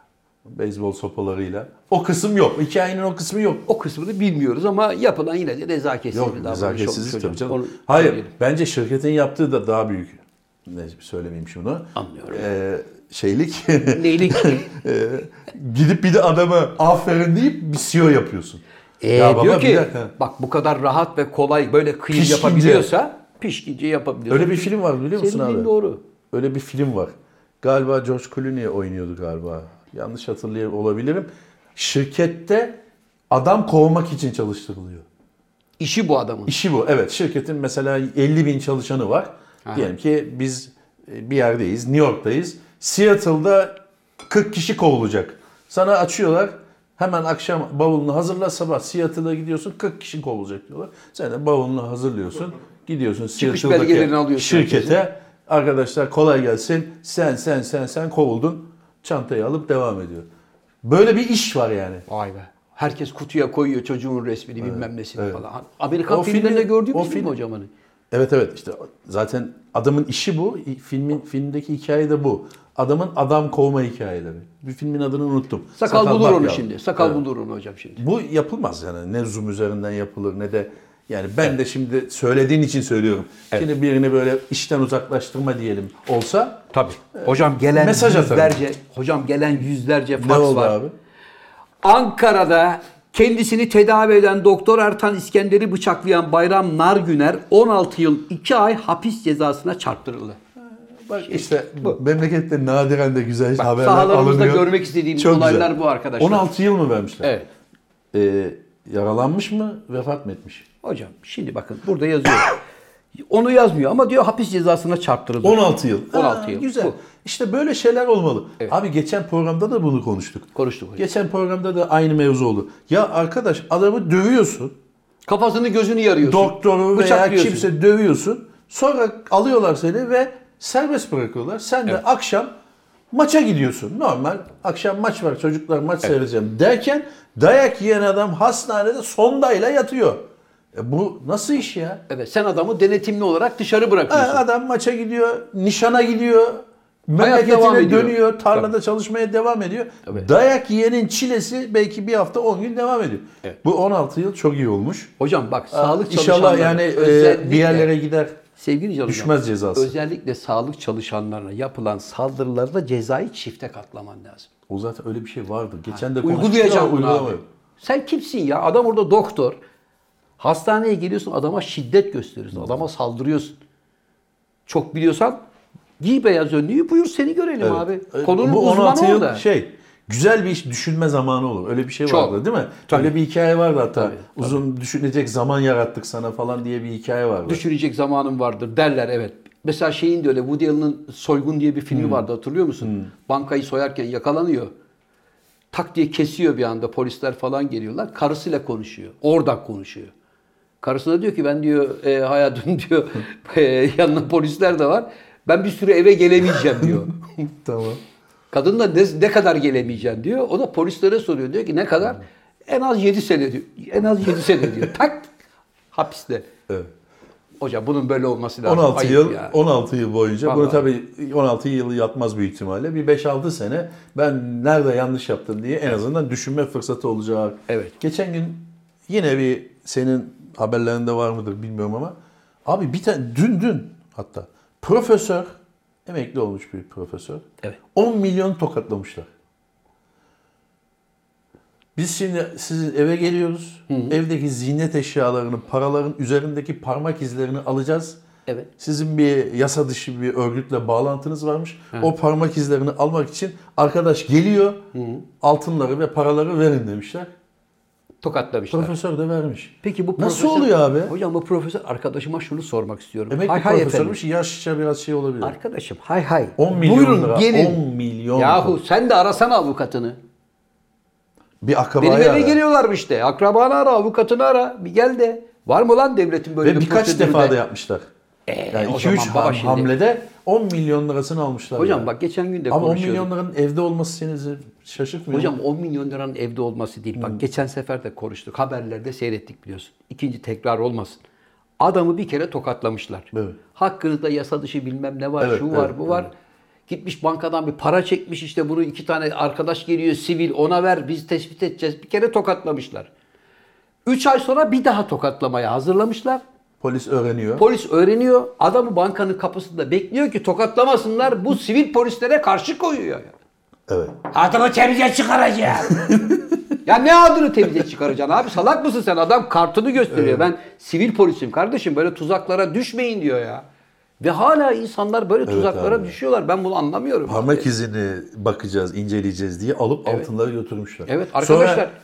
S2: Beyzbol sopalarıyla. O kısım yok. Hikayenin o kısmı yok.
S1: O kısmını bilmiyoruz ama yapılan yine de nezaketsiz
S2: Yok
S1: bir davranış
S2: nezaketsizlik
S1: olmuş
S2: tabii
S1: hocam.
S2: canım.
S1: Onu
S2: Hayır
S1: söyleyelim.
S2: bence şirketin yaptığı da daha büyük. Ne söylemeyeyim şunu.
S1: Anlıyorum.
S2: Ee, şeylik.
S1: Neylik?
S2: Ee, gidip bir de adamı aferin deyip bir C E O yapıyorsun.
S1: Ee,
S2: Ya baba,
S1: diyor
S2: bir
S1: ki
S2: dakika.
S1: bak bu kadar rahat ve kolay böyle kıyım
S2: Pişkince.
S1: yapabiliyorsa pişkince yapabiliyorsa.
S2: Öyle bir film var biliyor musun
S1: Senin
S2: abi?
S1: dediğin doğru.
S2: Öyle bir film var. Galiba George Clooney oynuyordu galiba. Yanlış hatırlıyor olabilirim. Şirkette adam kovmak için çalıştırılıyor.
S1: İşi bu adamın.
S2: İşi bu. Evet şirketin mesela elli bin çalışanı var.
S1: Aha.
S2: Diyelim ki biz bir yerdeyiz. New York'tayız. Seattle'da kırk kişi kovulacak. Sana açıyorlar. Hemen akşam bavulunu hazırla sabah Seattle'a gidiyorsun kırk kişi kovulacak diyorlar. Sen de bavulunu hazırlıyorsun. Gidiyorsun
S1: belgelerini
S2: Seattle'daki
S1: alıyorsun
S2: şirkete. Arkadaşlar kolay gelsin. Sen sen sen sen kovuldun. Çantayı alıp devam ediyor. Böyle bir iş var yani.
S1: Vay be. Herkes kutuya koyuyor çocuğun resmini bilmem nesini
S2: evet.
S1: falan. Amerikan
S2: O
S1: filmlerinde
S2: filmi-
S1: gördüğümüz
S2: o
S1: film mi
S2: film-
S1: hocam hani?
S2: Evet evet işte zaten adamın işi bu. Filmin filmdeki hikaye de bu. Adamın adam kovma hikayeleri. Bir filmin adını unuttum.
S1: Sakal, bulur
S2: bak
S1: onu
S2: ya.
S1: şimdi. Sakal
S2: Evet.
S1: bulur onu hocam şimdi.
S2: Bu yapılmaz yani. Ne Zoom üzerinden yapılır ne de yani ben de şimdi söylediğin için söylüyorum. Şimdi birini böyle işten uzaklaştırma diyelim olsa
S1: Tabii. Hocam gelen
S2: mesaj atarım.
S1: yüzlerce, hocam gelen yüzlerce
S2: ne
S1: faks
S2: oldu
S1: var.
S2: abi?
S1: Ankara'da kendisini tedavi eden Doktor Ertan İskender'i bıçaklayan Bayram Nargüner on altı yıl iki ay hapis cezasına çarptırıldı.
S2: Bak işte
S1: bu.
S2: memlekette nadiren de güzel
S1: Bak,
S2: haberler
S1: sahalarımızda
S2: alınıyor.
S1: görmek istediğimiz
S2: Çok
S1: olaylar
S2: güzel.
S1: bu arkadaşlar.
S2: on altı yıl mı vermişler?
S1: Evet.
S2: Ee, yaralanmış mı, vefat mı etmiş?
S1: Hocam şimdi bakın burada yazıyor. Onu yazmıyor ama diyor hapis cezasına çarptırıldı.
S2: on altı yıl.
S1: on altı yıl.
S2: Güzel.
S1: Bu.
S2: İşte böyle şeyler olmalı.
S1: Evet.
S2: Abi geçen programda da bunu konuştuk.
S1: Konuştuk hocam.
S2: Geçen programda da aynı mevzu oldu. Ya arkadaş adamı dövüyorsun.
S1: Kafasını gözünü yarıyorsun.
S2: Doktoru veya
S1: bıçaklıyorsun.
S2: kimse dövüyorsun. Sonra alıyorlar seni ve serbest bırakıyorlar. Sen de
S1: Evet.
S2: akşam maça gidiyorsun. Normal akşam maç var çocuklar maç seyredeceğim derken dayak yiyen adam hastanede sondayla yatıyor. E bu nasıl iş ya?
S1: Evet, sen adamı denetimli olarak dışarı
S2: Ha,
S1: bırakıyorsun.
S2: adam maça gidiyor, nişana gidiyor,
S1: Hayat devam
S2: memleketine
S1: ediyor.
S2: dönüyor, tarlada çalışmaya devam ediyor.
S1: Evet.
S2: Dayak yiyenin çilesi belki bir hafta on gün devam ediyor.
S1: Evet.
S2: Bu on altı yıl çok iyi olmuş.
S1: Hocam bak sağlık
S2: İnşallah
S1: çalışanları
S2: yani e,
S1: özellikle-
S2: bir yerlere gider.
S1: Sevgili canım,
S2: Düşmez cezası.
S1: özellikle sağlık çalışanlarına yapılan saldırılarda cezayı çifte katlaman lazım.
S2: O zaten öyle bir şey vardı. Geçen de konuştuk
S1: Uygulayacağım
S2: ama
S1: bunu abi.
S2: uygulamıyor.
S1: Sen kimsin ya? Adam orada doktor. Hastaneye geliyorsun, adama şiddet gösteriyorsun. Adama saldırıyorsun. Çok biliyorsan giy beyaz önlüğü, buyur seni görelim
S2: Evet.
S1: abi. Konunun
S2: Bu on altı
S1: uzmanı
S2: yıl
S1: orada.
S2: şey, güzel bir iş düşünme zamanı olur. Öyle bir şey
S1: Çok.
S2: vardı değil mi?
S1: Tabii.
S2: Öyle bir hikaye vardı hatta.
S1: Tabii, tabii.
S2: Uzun düşünecek zaman yarattık sana falan diye bir hikaye vardı.
S1: Düşünecek zamanım vardır derler, evet. Mesela şeyin de öyle, Woody Allen'ın Soygun diye bir filmi vardı, hatırlıyor musun? Bankayı soyarken yakalanıyor. Tak diye kesiyor bir anda, polisler falan geliyorlar. Karısıyla konuşuyor. Oradan konuşuyor. Karısına diyor ki ben diyor e, hayatım diyor e, yanına polisler de var. Ben bir süre eve gelemeyeceğim diyor.
S2: Tamam.
S1: Kadın da ne, ne kadar gelemeyeceğim diyor. O da polislere soruyor. Diyor ki ne kadar? En az yedi sene diyor. En az yedi sene diyor. Tak hapiste.
S2: Evet.
S1: Hocam bunun böyle olması lazım.
S2: on altı
S1: Ayıp
S2: yıl
S1: ya.
S2: on altı yıl boyunca
S1: Vallahi.
S2: bunu tabii on altı yıl yatmaz büyük ihtimalle. Bir beş altı sene ben nerede yanlış yaptım diye en azından düşünme fırsatı olacak.
S1: Evet.
S2: Geçen gün yine bir senin haberlerinde var mıdır bilmiyorum ama abi bir tane dün dün hatta profesör, emekli olmuş bir profesör.
S1: Evet.
S2: on milyon tokatlamışlar. Biz şimdi sizin eve geliyoruz. Evdeki ziynet eşyalarını, paraların üzerindeki parmak izlerini alacağız.
S1: Evet.
S2: Sizin bir yasa dışı bir örgütle bağlantınız varmış. O parmak izlerini almak için arkadaş geliyor. Altınları ve paraları verin demişler.
S1: Tokatlamışlar.
S2: Profesör de vermiş.
S1: Peki bu
S2: Nasıl
S1: profesör-
S2: oluyor abi?
S1: Hocam bu profesör arkadaşıma şunu sormak istiyorum.
S2: Emekli
S1: hay hay efendim.
S2: profesörmüş, yaşça biraz şey olabilir.
S1: Arkadaşım hay hay.
S2: on milyon
S1: Buyurun
S2: lira.
S1: gelin.
S2: on milyon.
S1: Yahu sen de arasana avukatını.
S2: Bir akrabayı
S1: Benim eve
S2: ara.
S1: geliyorlarmış işte. Akrabanı ara, avukatını ara. Bir gel de. Var mı lan devletin böyle
S2: Ve
S1: bir
S2: birkaç
S1: prosedürü
S2: defa
S1: de?
S2: da yapmışlar.
S1: Ee,
S2: Yani
S1: o
S2: iki
S1: zaman
S2: üç
S1: baba
S2: ham-
S1: şimdi-
S2: hamlede on milyon lirasını almışlar.
S1: Hocam
S2: ya.
S1: bak geçen gün de
S2: Ama on
S1: konuşuyorduk.
S2: milyon liranın evde olması seni şaşırtmıyor
S1: Hocam
S2: mu?
S1: on milyon liranın evde olması değil. Bak geçen sefer de konuştuk. Haberlerde seyrettik biliyorsun. İkinci tekrar olmasın. Adamı bir kere tokatlamışlar.
S2: Evet.
S1: Hakkınızda yasa dışı bilmem ne var,
S2: Evet,
S1: şu var,
S2: evet,
S1: bu var. Gitmiş bankadan bir para çekmiş, işte bunu iki tane arkadaş geliyor sivil, ona ver, biz tespit edeceğiz. Bir kere tokatlamışlar. Üç ay sonra bir daha tokatlamaya hazırlamışlar.
S2: Polis öğreniyor.
S1: Polis öğreniyor. Adamı bankanın kapısında bekliyor ki tokatlamasınlar. Bu sivil polislere karşı koyuyor. Ya.
S2: Evet.
S1: Adamı temize çıkaracağım. Ya ne adını temize çıkaracaksın abi? Salak mısın sen? Adam kartını gösteriyor. Ben sivil polisim kardeşim. Böyle tuzaklara düşmeyin diyor ya. Ve hala insanlar böyle tuzaklara
S2: abi.
S1: düşüyorlar. Ben bunu anlamıyorum.
S2: Parmak izini bakacağız, inceleyeceğiz diye alıp altınları götürmüşler.
S1: Evet arkadaşlar.
S2: Sonra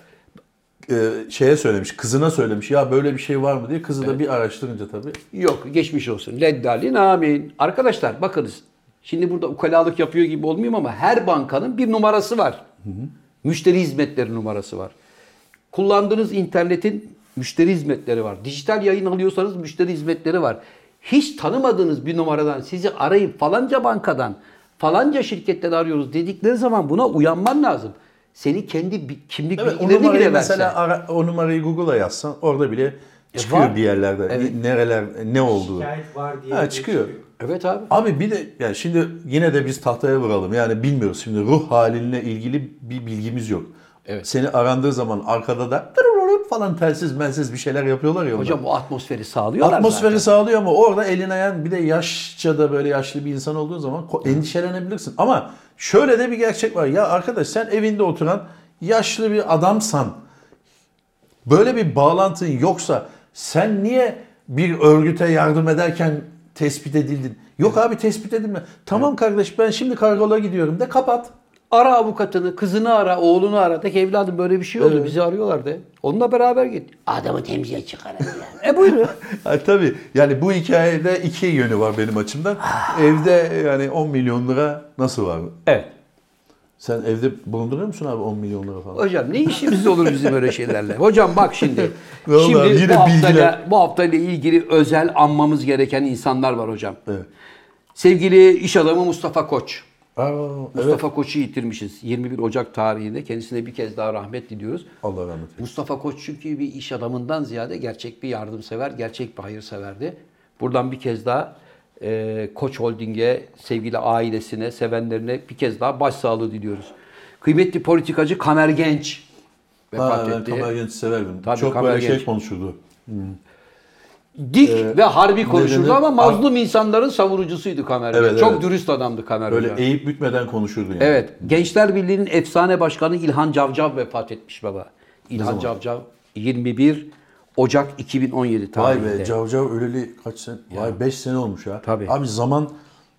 S2: e, şeye söylemiş, kızına söylemiş. Ya böyle bir şey var mı diye. Kızı da bir araştırınca tabii.
S1: Yok geçmiş olsun. Leddalin amin. Arkadaşlar bakınız. Şimdi burada ukalalık yapıyor gibi olmayayım ama her bankanın bir numarası var. Hı hı. Müşteri hizmetleri numarası var. Kullandığınız internetin müşteri hizmetleri var. Dijital yayın alıyorsanız müşteri hizmetleri var. Hiç tanımadığınız bir numaradan sizi arayıp falanca bankadan, falanca şirketten arıyoruz dedikleri zaman buna uyanman lazım. Seni kendi bi- kimlik
S2: Evet, o
S1: bilgilerini
S2: numarayı
S1: bile versen.
S2: mesela ara, o numarayı Google'a yazsan orada bile çıkıyor
S1: var.
S2: bir yerlerde.
S1: Evet.
S2: Nereler, ne olduğu.
S3: Şikayet var diye.
S2: Ha,
S3: de
S2: çıkıyor.
S1: Evet abi.
S2: Abi bir de yani şimdi yine de biz tahtaya vuralım. Yani bilmiyoruz şimdi ruh halinle ilgili bir bilgimiz yok.
S1: Evet.
S2: Seni arandığı zaman arkada da falan telsiz mensiz bir şeyler yapıyorlar ya.
S1: Hocam o atmosferi sağlıyorlar
S2: atmosferi
S1: zaten.
S2: sağlıyor ama orada elin ayağın bir de yaşça da böyle yaşlı bir insan olduğun zaman ko- endişelenebilirsin. Ama şöyle de bir gerçek var. Ya arkadaş sen evinde oturan yaşlı bir adamsan böyle bir bağlantın yoksa sen niye bir örgüte yardım ederken tespit edildin? Yok abi tespit edilme. Tamam kardeş ben şimdi karakola gidiyorum de kapat.
S1: Ara avukatını, kızını ara, oğlunu ara. De ki evladım böyle bir şey oldu.
S2: Evet.
S1: Bizi arıyorlar de. Onunla beraber git. Adamı temizliğe çıkaracağım. e buyurun.
S2: Ha, tabii yani bu hikayede iki yönü var benim açımdan. Evde yani on milyon lira nasıl var?
S1: Evet.
S2: Sen evde bulunduruyor musun abi on milyon lira falan?
S1: Hocam ne işimiz olur bizim öyle şeylerle? Hocam bak şimdi.
S2: Vallahi
S1: şimdi
S2: yine
S1: bu haftayla,
S2: bilgiler.
S1: bu haftayla ilgili özel anmamız gereken insanlar var hocam.
S2: Evet.
S1: Sevgili iş adamı Mustafa Koç.
S2: Aa,
S1: Mustafa
S2: evet.
S1: Koç'u yitirmişiz. yirmi bir Ocak tarihinde. Kendisine bir kez daha rahmet diliyoruz.
S2: Allah rahmet eylesin.
S1: Mustafa Koç çünkü bir iş adamından ziyade gerçek bir yardımsever, gerçek bir hayırseverdi. Buradan bir kez daha e, Koç Holding'e, sevgili ailesine, sevenlerine bir kez daha başsağlığı diliyoruz. Kıymetli politikacı Kamer Genç vefat
S2: Ha, ben
S1: etti.
S2: Kamer Genç'i severdim.
S1: Tabii,
S2: Çok
S1: Kamer
S2: böyle şey
S1: Genç.
S2: konuşurdu.
S1: Dik
S2: Ee,
S1: ve harbi konuşurdu
S2: nedeni-
S1: ama mazlum insanların savunucusuydu Kamer
S2: Evet,
S1: Genç. Çok
S2: evet.
S1: dürüst adamdı Kamer
S2: Böyle
S1: Hocam.
S2: eğip bükmeden konuşurdu yani.
S1: Evet. Gençler Birliği'nin efsane başkanı İlhan Cavcav vefat etmiş baba. İlhan
S2: zaman?
S1: Cavcav yirmi bir Ocak iki bin on yedi
S2: Vay
S1: tarihinde.
S2: be, Cavcav öleli kaç sene? Vay beş sene olmuş ha.
S1: Tabii.
S2: Abi zaman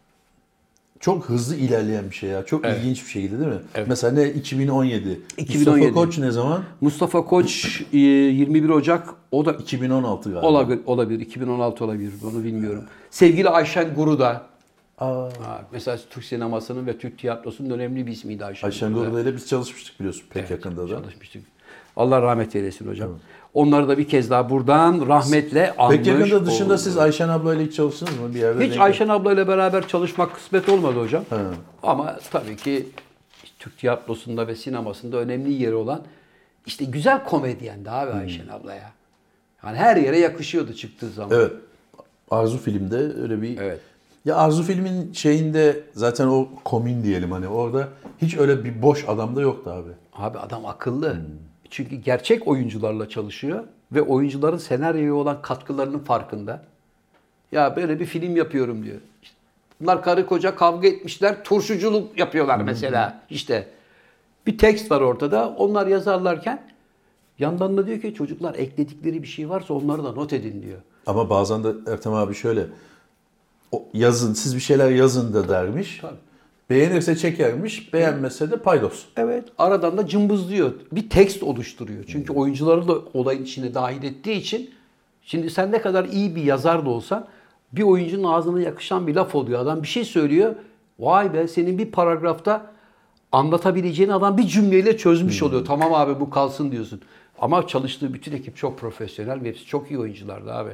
S2: çok hızlı ilerleyen bir şey ya. Çok ilginç bir şekilde değil mi? Mesela ne iki bin on yedi.
S1: iki bin on yedi.
S2: Mustafa Koç ne zaman?
S1: Mustafa Koç e, yirmi bir Ocak, o da
S2: iki bin on altı galiba.
S1: olabilir, olabilir. iki bin on altı olabilir. Onu bilmiyorum. Sevgili Ayşen Guru da.
S2: Aa,
S1: Ha, mesela Türk sinemasının ve Türk tiyatrosunun önemli bir ismiydi Ayşen,
S2: Ayşen
S1: Guru da.
S2: Gorda ile biz çalışmıştık biliyorsun pek
S1: Evet,
S2: yakında da.
S1: çalışmıştık. Allah rahmet eylesin hocam. Onları da bir kez daha buradan rahmetle anmış.
S2: Pek yakında dışında
S1: olduk.
S2: siz Ayşen ablayla hiç çalıştınız mı bir yerde?
S1: Hiç
S2: denk-
S1: Ayşen ablayla beraber çalışmak kısmet olmadı hocam.
S2: He.
S1: Ama tabii ki Türk tiyatrosunda ve sinemasında önemli yeri olan işte güzel komedyendi abi Ayşen abla ya. Yani her yere yakışıyordu çıktığı zaman.
S2: Evet. Arzu filmde öyle bir...
S1: Evet.
S2: Ya Arzu filmin şeyinde zaten o komün diyelim hani orada hiç öyle bir boş adam da yoktu abi.
S1: Abi adam akıllı. Çünkü gerçek oyuncularla çalışıyor ve oyuncuların senaryoya olan katkılarının farkında. Ya böyle bir film yapıyorum diyor. İşte bunlar karı koca kavga etmişler, turşuculuk yapıyorlar mesela. İşte bir tekst var ortada. Onlar yazarlarken yandan da diyor ki çocuklar ekledikleri bir şey varsa onları da not edin diyor.
S2: Ama bazen de Ertem abi şöyle o yazın siz bir şeyler yazın da dermiş.
S1: Tabii.
S2: Beğenirse çekermiş, beğenmezse de paydos.
S1: Evet. Aradan da cımbızlıyor. Bir tekst oluşturuyor. Çünkü oyuncuları da olayın içine dahil ettiği için şimdi sen ne kadar iyi bir yazar da olsan bir oyuncunun ağzına yakışan bir laf oluyor. Adam bir şey söylüyor. Vay be senin bir paragrafta anlatabileceğin adam bir cümleyle çözmüş oluyor. Tamam abi bu kalsın diyorsun. Ama çalıştığı bütün ekip çok profesyonel ve hepsi çok iyi oyunculardı abi.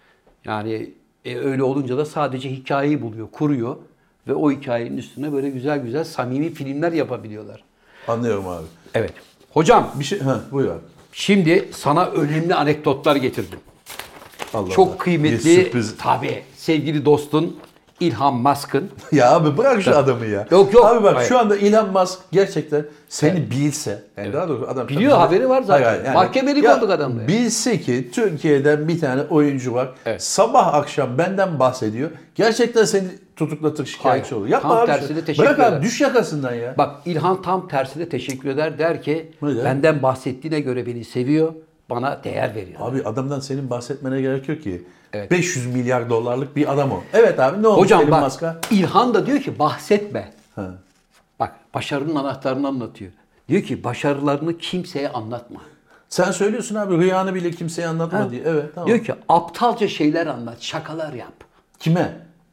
S1: Yani e, öyle olunca da sadece hikayeyi buluyor, kuruyor ve o hikayenin üstüne böyle güzel güzel samimi filmler yapabiliyorlar.
S2: Anlıyorum abi.
S1: Evet. Hocam
S2: Bir şey ha buyur abi.
S1: şimdi sana önemli anekdotlar getirdim.
S2: Allah
S1: Çok
S2: Allah.
S1: kıymetli,
S2: Bir sürpriz.
S1: tabii sevgili dostun İlhan Musk'ın.
S2: Ya abi bırak şu adamı ya.
S1: Yok, yok.
S2: Abi bak
S1: Hayır.
S2: şu anda Elon Musk gerçekten seni
S1: Evet.
S2: bilse. Yani daha doğrusu adam
S1: Biliyor, haberi var zaten. Mahkemelik
S2: ya
S1: olduk adamla ya.
S2: Bilse ki Türkiye'den bir tane oyuncu var.
S1: Evet.
S2: Sabah akşam benden bahsediyor. Gerçekten seni tutuklatır şikayetçi
S1: Hayır.
S2: olur. Yapma
S1: Tam
S2: abi.
S1: tersine
S2: şu-
S1: teşekkür
S2: Bırak
S1: ederim.
S2: abi düş yakasından ya.
S1: Bak İlhan tam tersine teşekkür eder der ki
S2: Ne der?
S1: benden bahsettiğine göre beni seviyor, bana değer veriyor.
S2: Abi adamdan senin bahsetmene gerek yok ki.
S1: Evet.
S2: beş yüz milyar dolarlık bir adam o. Evet abi ne olmuş
S1: Hocam
S2: Elon
S1: bak
S2: Musk'a?
S1: İlhan da diyor ki bahsetme.
S2: Ha.
S1: Bak başarının anahtarını anlatıyor. Diyor ki başarılarını kimseye anlatma.
S2: Sen söylüyorsun abi rüyanı bile kimseye anlatma
S1: Ha.
S2: diye. Evet tamam.
S1: Diyor ki aptalca şeyler anlat, şakalar yap.
S2: Kime?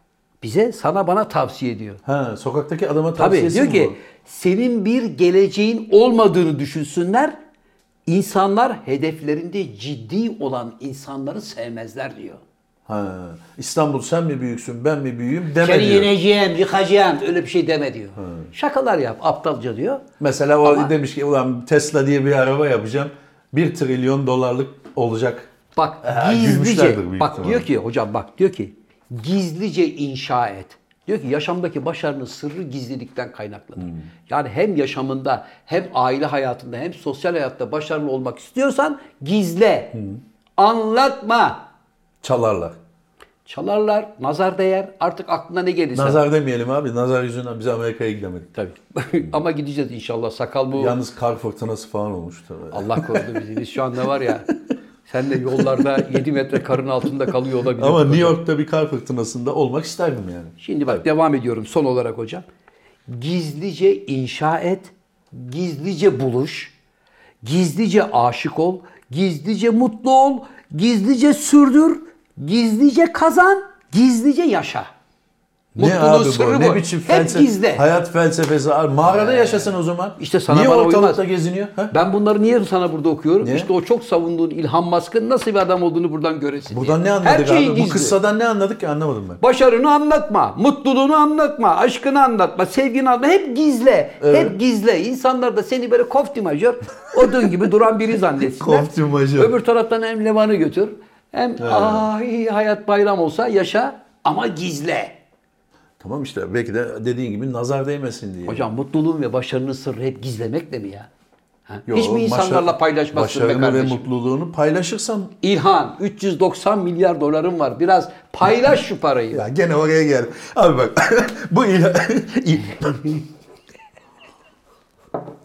S1: Bize, sana, bana tavsiye ediyor.
S2: Ha, sokaktaki adama
S1: Tabii
S2: tavsiyesi
S1: diyor
S2: mi
S1: ki
S2: bu?
S1: senin bir geleceğin olmadığını düşünsünler. İnsanlar hedeflerinde ciddi olan insanları sevmezler diyor.
S2: Ha, İstanbul sen mi büyüksün ben mi büyüğüm deme
S1: Seni
S2: diyor.
S1: yeneceğim, yıkacağım öyle bir şey deme diyor. Şakalar yap aptalca diyor.
S2: Mesela o
S1: Ama-
S2: demiş ki ulan Tesla diye bir araba yapacağım. Bir trilyon dolarlık olacak.
S1: Bak
S2: Ha,
S1: gizlice
S2: gülmüşlerdir büyük
S1: bak
S2: ihtimalle.
S1: diyor ki hocam bak diyor ki gizlice inşa et. Diyor ki yaşamdaki başarının sırrı gizlilikten kaynaklanır.
S2: Hmm.
S1: Yani hem yaşamında hem aile hayatında hem sosyal hayatta başarılı olmak istiyorsan gizle.
S2: Hmm.
S1: Anlatma.
S2: Çalarlar.
S1: Çalarlar, nazar değer. Artık aklına ne gelirse.
S2: Nazar demeyelim abi. Nazar yüzünden biz Amerika'ya gidemedik.
S1: Tabii. Ama gideceğiz inşallah. Sakal bu.
S2: Yalnız kar fırtınası falan olmuştu.
S1: Allah korudu bizi. Biz şu anda var ya. Sen de yollarda yedi metre karın altında kalıyor olabilir.
S2: Ama New York'ta bir kar fırtınasında olmak isterdim yani.
S1: Şimdi bak devam ediyorum son olarak hocam. Gizlice inşa et, gizlice buluş, gizlice aşık ol, gizlice mutlu ol, gizlice sürdür, gizlice kazan, gizlice yaşa.
S2: Ne
S1: Mutluluğun
S2: abi
S1: sırrı
S2: bu? Ne biçim
S1: Hep
S2: felsefe?
S1: gizli.
S2: Hayat felsefesi. Abi Mağarada yaşasın o zaman.
S1: İşte sana
S2: Niye
S1: bana
S2: ortalıkta
S1: uymaz.
S2: geziniyor? Ha?
S1: Ben bunları niye sana burada okuyorum?
S2: Niye?
S1: İşte o çok savunduğun İlhan Musk'ın nasıl bir adam olduğunu buradan göresin
S2: Buradan
S1: diye.
S2: ne anladık
S1: Her şeyin
S2: abi? Bu
S1: gizli.
S2: kıssadan ne anladık ki anlamadım ben.
S1: Başarını anlatma, mutluluğunu anlatma, aşkını anlatma, sevgini anlatma. Hep gizle,
S2: Evet.
S1: hep gizle. İnsanlar da seni böyle kofti majör, odun gibi duran biri zannetsinler.
S2: Kofti majör.
S1: Öbür taraftan hem Levan'ı götür, hem ah iyi hayat bayram olsa yaşa ama gizle.
S2: Tamam işte belki de dediğin gibi nazar değmesin diye.
S1: Hocam mutluluğun ve başarının sırrı hep gizlemekle mi ya? Ha?
S2: Yo,
S1: Hiç mi insanlarla
S2: başarı-
S1: paylaşmazsın be
S2: Başarını ve
S1: kardeşim?
S2: mutluluğunu paylaşırsan
S1: İlhan, üç yüz doksan milyar doların var. Biraz paylaş şu parayı.
S2: ya gene oraya gel. Abi bak bu il... il-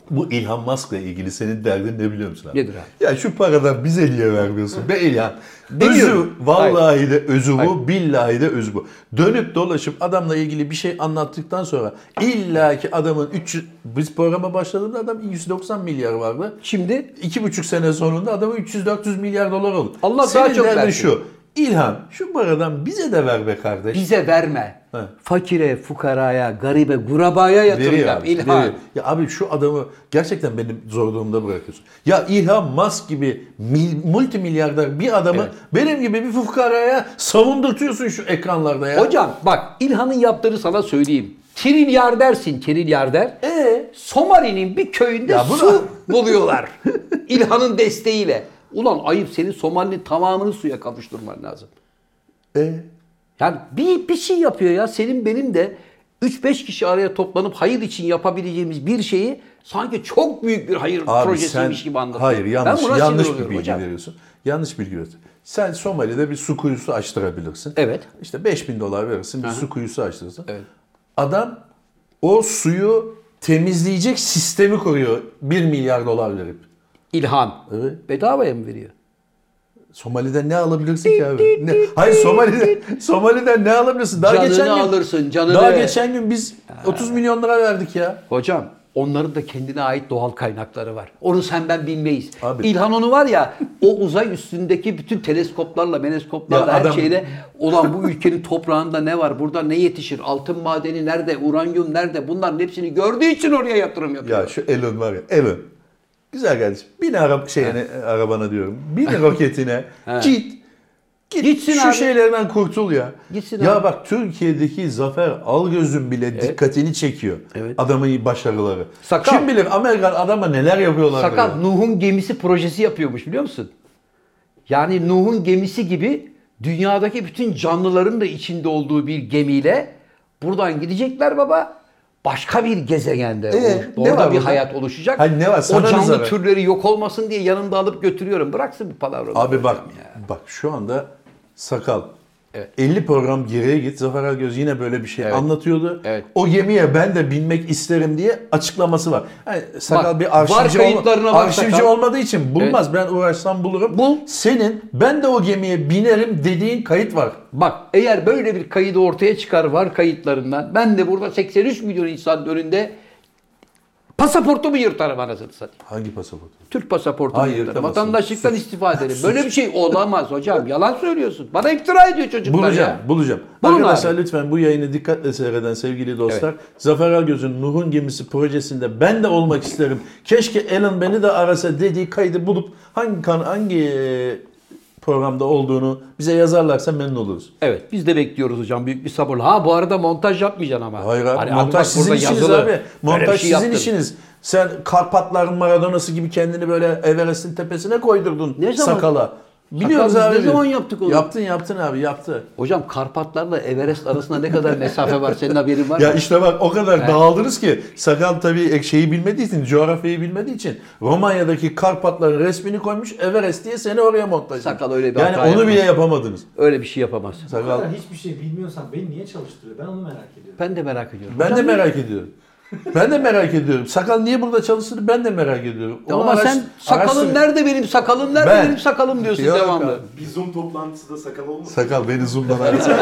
S2: Bu Elon Musk'la ilgili senin derdin ne biliyor musun abi?
S1: Nedir abi?
S2: Ya şu paradan bize niye vermiyorsun? Be İlhan. Özü,
S1: Demiyorum.
S2: vallahi de özü bu,
S1: Hayır.
S2: billahi de özü bu. Dönüp dolaşıp adamla ilgili bir şey anlattıktan sonra illaki adamın üç yüz, biz programa başladığımda adam yüz doksan milyar vardı.
S1: Şimdi
S2: İki buçuk sene sonunda adamın üç yüz dört yüz milyar dolar oldu.
S1: Allah
S2: Senin
S1: daha çok
S2: derdin
S1: versin.
S2: şu. İlhan şu paradan bize de ver be kardeş.
S1: bize verme.
S2: He.
S1: Fakire, fukaraya, garibe, gurabaya yatırım
S2: Veriyor
S1: yap.
S2: abi,
S1: İlhan.
S2: veriyor. Ya abi şu adamı gerçekten benim zor durumda bırakıyorsun. Ya Elon Musk gibi mil, multimilyarder bir adamı
S1: Evet.
S2: benim gibi bir fukaraya savundurtuyorsun şu ekranlarda ya.
S1: Hocam bak İlhan'ın yaptığını sana söyleyeyim. Trilyardersin trilyarder.
S2: Ee?
S1: Somali'nin bir köyünde
S2: Ya bu
S1: su
S2: da-
S1: buluyorlar. İlhan'ın desteğiyle. Ulan ayıp, senin Somali'nin tamamını suya kavuşturman lazım.
S2: Ee?
S1: Yani bir, bir şey yapıyor ya. Senin benim de üç beş kişi araya toplanıp hayır için yapabileceğimiz bir şeyi sanki çok büyük bir hayır
S2: Abi
S1: projesiymiş
S2: sen,
S1: gibi anlatıyor.
S2: hayır yanlış,
S1: Ben buna
S2: yanlış
S1: sinir
S2: bir
S1: oluyorum
S2: bilgi
S1: hocam.
S2: veriyorsun. Yanlış bilgi veriyorsun. Sen Somali'de bir su kuyusu açtırabilirsin.
S1: Evet.
S2: İşte beş bin dolar verirsin bir
S1: Aha.
S2: su kuyusu açtırırsın.
S1: Evet.
S2: Adam o suyu temizleyecek sistemi kuruyor bir milyar dolar verip.
S1: İlhan.
S2: Evet.
S1: Bedavaya mı veriyor?
S2: Somali'den ne alabilirsin ki abi? Ne? Hayır Somali'den, Somali'den ne alabilirsin? Daha
S1: Canını
S2: geçen gün,
S1: alırsın, canını.
S2: Daha geçen gün biz otuz milyon lira verdik ya.
S1: Hocam onların da kendine ait doğal kaynakları var. Onu sen ben bilmeyiz.
S2: Abi.
S1: İlhan onu var ya, o uzay üstündeki bütün teleskoplarla, meneskoplarla,
S2: Ya
S1: her
S2: adam-
S1: şeyle olan bu ülkenin toprağında ne var, burada ne yetişir, altın madeni nerede, uranyum nerede, bunların hepsini gördüğü için oraya yatırım yapıyor.
S2: Ya şu Elon var ya, Elon. Güzel kardeşim. Bin araba şeyine, arabana diyorum. Bin roketine.
S1: He.
S2: Git. Git
S1: Gitsin
S2: şu
S1: abi.
S2: şeylerden kurtul ya.
S1: Gitsin
S2: ya
S1: abi.
S2: bak Türkiye'deki Zafer Algöz'ün bile dikkatini çekiyor.
S1: Evet.
S2: Adamın başarıları.
S1: Sakal.
S2: Kim bilir Amerikan adama neler yapıyorlar.
S1: Sakal
S2: böyle.
S1: Nuh'un gemisi projesi yapıyormuş, biliyor musun? Yani Nuh'un gemisi gibi dünyadaki bütün canlıların da içinde olduğu bir gemiyle buradan gidecekler baba. Başka bir gezegende
S2: Ee,
S1: olur.
S2: ne
S1: Orada
S2: var
S1: bir
S2: orada?
S1: hayat oluşacak.
S2: Hani ne var? Sana
S1: O
S2: ne
S1: canlı
S2: zarar?
S1: türleri yok olmasın diye yanımda alıp götürüyorum. Bıraksın bu palavraları.
S2: Abi bak
S1: hocam ya.
S2: bak şu anda Sakal.
S1: Evet.
S2: elli program geriye git. Zafer Algöz yine böyle bir şey
S1: Evet.
S2: anlatıyordu.
S1: Evet.
S2: O gemiye ben de binmek isterim diye açıklaması var. Yani Sakal
S1: Bak,
S2: bir
S1: var
S2: arşivci,
S1: kayıtlarına
S2: olma,
S1: bak
S2: arşivci
S1: Sakal.
S2: olmadığı için bulmaz. Ben uğraşsam bulurum.
S1: Bul.
S2: Senin ben de o gemiye binerim dediğin kayıt var.
S1: Bak eğer böyle bir kaydı ortaya çıkar, var kayıtlarından, ben de burada seksen üç milyon insanın önünde pasaportumu yırtarım anasını satayım.
S2: Hangi pasaport?
S1: Türk pasaportu
S2: Hayır,
S1: yırtarım.
S2: yırtamazsın.
S1: Vatandaşlıktan
S2: Suç.
S1: istifa ederim.
S2: Suç.
S1: Böyle bir şey olamaz hocam. Yalan söylüyorsun. Bana iftira ediyor çocuklar
S2: Bulacağım,
S1: ya.
S2: bulacağım.
S1: Bulun
S2: Arkadaşlar
S1: abi.
S2: lütfen bu yayını dikkatle seyreden sevgili dostlar. Zafer Algöz'ün Nuh'un Gemisi projesinde ben de olmak isterim. Keşke Elon beni de arasa dediği kaydı bulup hangi kan hangi e, programda olduğunu bize yazarlarsa memnun oluruz.
S1: Evet, biz de bekliyoruz hocam büyük bir sabırla. Ha bu arada montaj yapmayacaksın ama.
S2: Hayır abi,
S1: Hani
S2: montaj
S1: bak
S2: sizin
S1: burada
S2: işiniz
S1: yazılı.
S2: abi.
S1: Böyle bir
S2: Montaj
S1: şey
S2: sizin
S1: yaptın.
S2: işiniz. Sen Karpatların Maradona'sı gibi kendini böyle Everest'in tepesine koydurdun
S1: Ne zaman?
S2: sakala. Biliyoruz
S1: Sakal, biz
S2: abi.
S1: ne zaman yaptık onu?
S2: Yaptın yaptın abi yaptı.
S1: Hocam Karpatlarla Everest arasında ne kadar mesafe var, senin haberin var mı?
S2: Ya işte bak o kadar dağıldınız ki Sakal tabii şeyi bilmediği için, coğrafyayı bilmediği için Romanya'daki Karpatların resmini koymuş Everest diye seni oraya montaj.
S1: Sakal öyle bir
S2: Yani
S1: hata
S2: onu bile
S1: yapmaz.
S2: yapamadınız.
S1: Öyle bir şey yapamaz.
S3: Bu
S2: Sakal
S3: kadar hiçbir şey bilmiyorsan beni niye çalıştırıyor? Ben onu merak ediyorum.
S1: Ben de merak ediyorum.
S2: ben de
S1: Hocam,
S2: merak ediyorum. Ben de merak ediyorum. Sakal niye burada çalıştığını ben de merak ediyorum. Onu
S1: ama
S2: araş-
S1: sen sakalın
S2: araştır.
S1: nerede benim sakalım nerede
S2: Ben-
S1: benim sakalım diyorsun
S2: Yok
S1: devamlı.
S2: abi.
S4: Bir Zoom toplantısı da sakal olmasın?
S2: Sakal beni Zoom'dan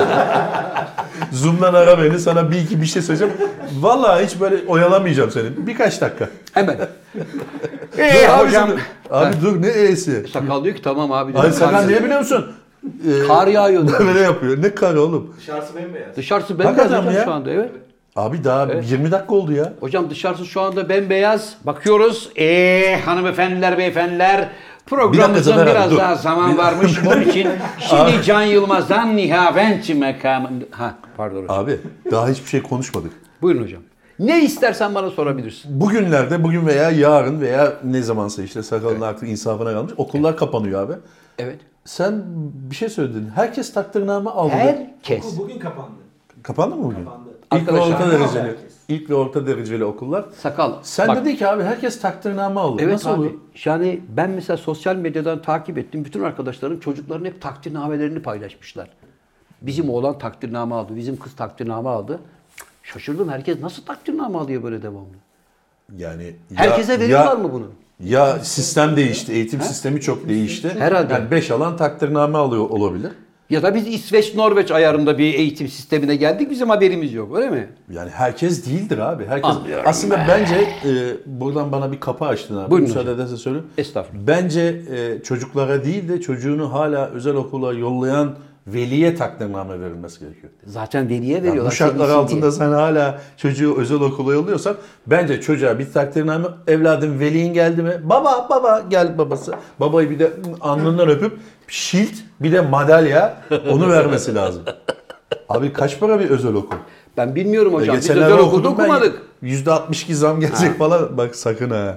S2: ara. Zoom'dan ara beni. Sana bir iki bir şey söyleyeceğim. Vallahi hiç böyle oyalamayacağım seni. Birkaç dakika.
S1: Hemen.
S2: Dur
S1: Eee
S2: abi
S1: hocam.
S2: sen- Abi dur ne e'si?
S1: Sakal diyor ki tamam abi. diyor,
S2: Ay Sakal
S1: kar-
S2: niye biliyor musun? Ee,
S1: Kar yağıyor diyor.
S2: Böyle yapıyor. Ne kar oğlum?
S4: Dışarısı bembeyaz.
S1: Dışarısı bembeyaz
S2: Hakikaten
S1: hocam
S2: mi ya?
S1: şu anda, evet.
S2: Abi daha
S1: Evet.
S2: yirmi dakika oldu ya.
S1: Hocam dışarısı şu anda bembeyaz. Bakıyoruz. Eee hanımefendiler, beyefendiler.
S2: Bir
S1: Programımızın
S2: dakika Zafer abi,
S1: biraz
S2: dur.
S1: daha zaman
S2: Bir-
S1: varmış. Onun için şimdi Can Yılmaz'dan Nihavent makamında... Ha pardon hocam.
S2: Abi daha hiçbir şey konuşmadık.
S1: Buyurun hocam. Ne istersen bana sorabilirsin.
S2: Bugünlerde, bugün veya yarın veya ne zamansa işte Sakal'ın artık insafına kalmış. Okullar kapanıyor abi.
S1: Evet.
S2: Sen bir şey söyledin. Herkes takdirname aldı.
S1: Herkes.
S3: Okul bugün kapandı.
S2: Kapandı mı bugün?
S3: Kapandı.
S2: İlk ve
S1: Arkadaşlar-
S2: orta dereceli.
S3: Herkes.
S2: İlk ve orta dereceli okullar.
S1: Sakal.
S2: Sen
S1: bak,
S2: dedi ki abi herkes takdirname aldı.
S1: evet
S2: Nasıl
S1: abi.
S2: oluyor?
S1: Yani ben mesela sosyal medyadan takip ettim. Bütün arkadaşlarım çocukların hep takdirnamelerini paylaşmışlar. Bizim oğlan takdirname aldı. Bizim kız takdirname aldı. Şaşırdım. Herkes nasıl takdirname alıyor böyle devamlı?
S2: Yani ya-
S1: Herkese veriyorlar
S2: ya-
S1: mı bunu?
S2: Ya sistem değişti, eğitim sistemi çok değişti.
S1: Herhalde.
S2: Yani beş alan takdirname alıyor olabilir.
S1: Ya da biz İsveç, Norveç ayarında bir eğitim sistemine geldik. Bizim haberimiz yok. Öyle mi?
S2: Yani herkes değildir abi. Herkes
S1: Anlıyorum
S2: aslında
S1: ben.
S2: bence e, buradan bana bir kapı açtın abi.
S1: Buyurun
S2: Müsaade
S1: hocam.
S2: edersen söyleyeyim.
S1: Estağfurullah.
S2: Bence e, çocuklara değil de çocuğunu hala özel okula yollayan veliye takdirname verilmesi gerekiyor.
S1: Zaten veliye
S2: Yani
S1: veriyorlar.
S2: bu şartlar
S1: sevinsin
S2: altında
S1: diye.
S2: sen hala çocuğu özel okula yolluyorsan bence çocuğa bir takdirname, evladım velin geldi mi? Baba baba gel babası. Babayı bir de alnından öpüp şilt bir de madalya onu vermesi lazım. Abi kaç para bir özel okul?
S1: Ben bilmiyorum hocam. Biz
S2: Geçenlerde
S1: özel okulda
S2: okudum ben,
S1: okumadık.
S2: yüzde altmış iki zam gelecek
S1: Ha.
S2: falan. Bak sakın ha.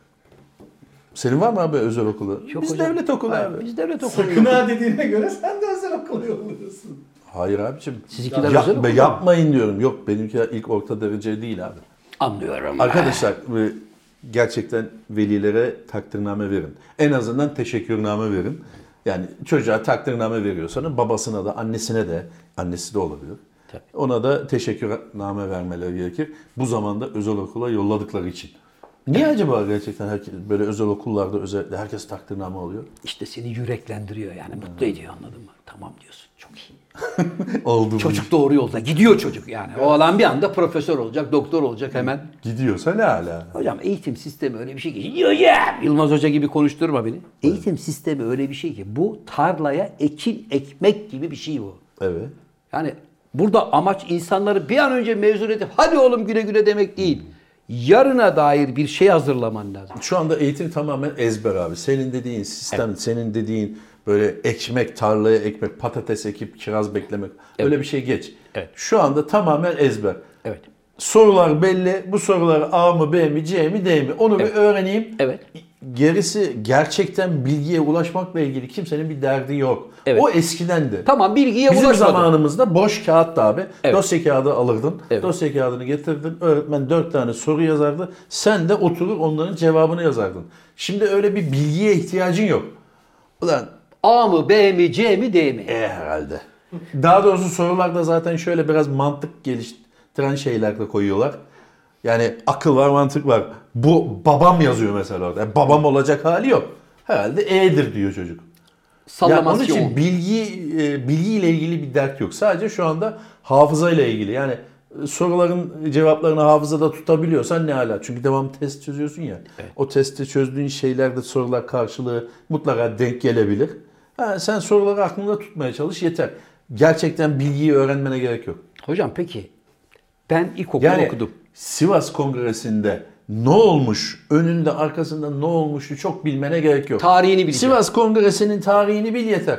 S2: Senin var mı abi özel okulu?
S1: Yok
S2: Biz
S1: hocam.
S2: devlet okulu
S1: Hayır,
S2: abi.
S1: Biz devlet okulu.
S3: Sakın ha dediğine göre sen de özel okula yolluyorsun.
S2: Hayır abicim.
S1: Sizinkiler
S2: Yap-
S1: özel okul mu?
S2: Yapmayın diyorum. Yok benimkiler ilk orta derece değil abi.
S1: Anlıyorum.
S2: Arkadaşlar e, gerçekten velilere takdirname verin. En azından teşekkürname verin. Yani çocuğa takdirname veriyorsanız babasına da annesine de, annesi de olabilir.
S1: Tabii.
S2: Ona da teşekkürname vermeleri gerekir. Bu zamanda özel okula yolladıkları için. Niye acaba gerçekten herkes, böyle özel okullarda özellikle herkes takdirname alıyor?
S1: İşte seni yüreklendiriyor yani. Mutlu ediyor, anladın mı? Tamam diyorsun. Çok iyi.
S2: Oldu bu
S1: Çocuk doğru yolda. Gidiyor çocuk yani. O alan bir anda profesör olacak, doktor olacak hemen.
S2: Gidiyorsa ne hala?
S1: Hocam eğitim sistemi öyle bir şey ki. Gidiyor ya. Yılmaz Hoca gibi konuşturma beni. Eğitim sistemi öyle bir şey ki. Bu tarlaya ekin ekmek gibi bir şey bu.
S2: Evet.
S1: Yani burada amaç insanları bir an önce mezun edip hadi oğlum güle güle demek değil. Yarına dair bir şey hazırlaman lazım.
S2: Şu anda eğitim tamamen ezber abi. Senin dediğin sistem, senin dediğin böyle ekmek, tarlaya ekmek, patates ekip, kiraz beklemek. Öyle bir şey geç.
S1: Evet.
S2: Şu anda tamamen ezber.
S1: Evet.
S2: Sorular belli. Bu sorular A mı, B mi, C mi, D mi? Onu
S1: Evet.
S2: bir öğreneyim.
S1: Evet.
S2: Gerisi gerçekten bilgiye ulaşmakla ilgili kimsenin bir derdi yok.
S1: Evet.
S2: O eskidendi.
S1: Tamam, bilgiye
S2: Bizim
S1: ulaşmadın.
S2: zamanımızda boş kağıt da abi.
S1: Evet.
S2: Dosya kağıdı alırdın.
S1: Evet.
S2: Dosya kağıdını getirdin. Öğretmen dört tane soru yazardı. Sen de oturur onların cevabını yazardın. Şimdi öyle bir bilgiye ihtiyacın yok. Ulan
S1: A mı, B mi, C mi, D mi?
S2: e herhalde. Daha doğrusu sorularda zaten şöyle biraz mantık geliştiren şeyler de koyuyorlar. Yani akıl var, mantık var. Bu babam yazıyor mesela orada. Yani babam olacak hali yok. Herhalde E'dir diyor çocuk. Yani onun
S1: Sallamasyon.
S2: için bilgi e, bilgiyle ilgili bir dert yok. Sadece şu anda hafızayla ilgili. Yani e, soruların cevaplarını hafızada tutabiliyorsan ne hala. Çünkü devam test çözüyorsun ya. O testte çözdüğün şeylerde sorular karşılığı mutlaka denk gelebilir. Ha, sen soruları aklında tutmaya çalış yeter. Gerçekten bilgiyi öğrenmene gerek yok.
S1: Hocam peki ben ilkokul
S2: Yani
S1: okudum.
S2: Sivas Kongresi'nde ne olmuş, önünde arkasında ne olmuştu çok bilmene gerek yok.
S1: Tarihini bileceğim.
S2: Sivas Kongresi'nin tarihini bil yeter.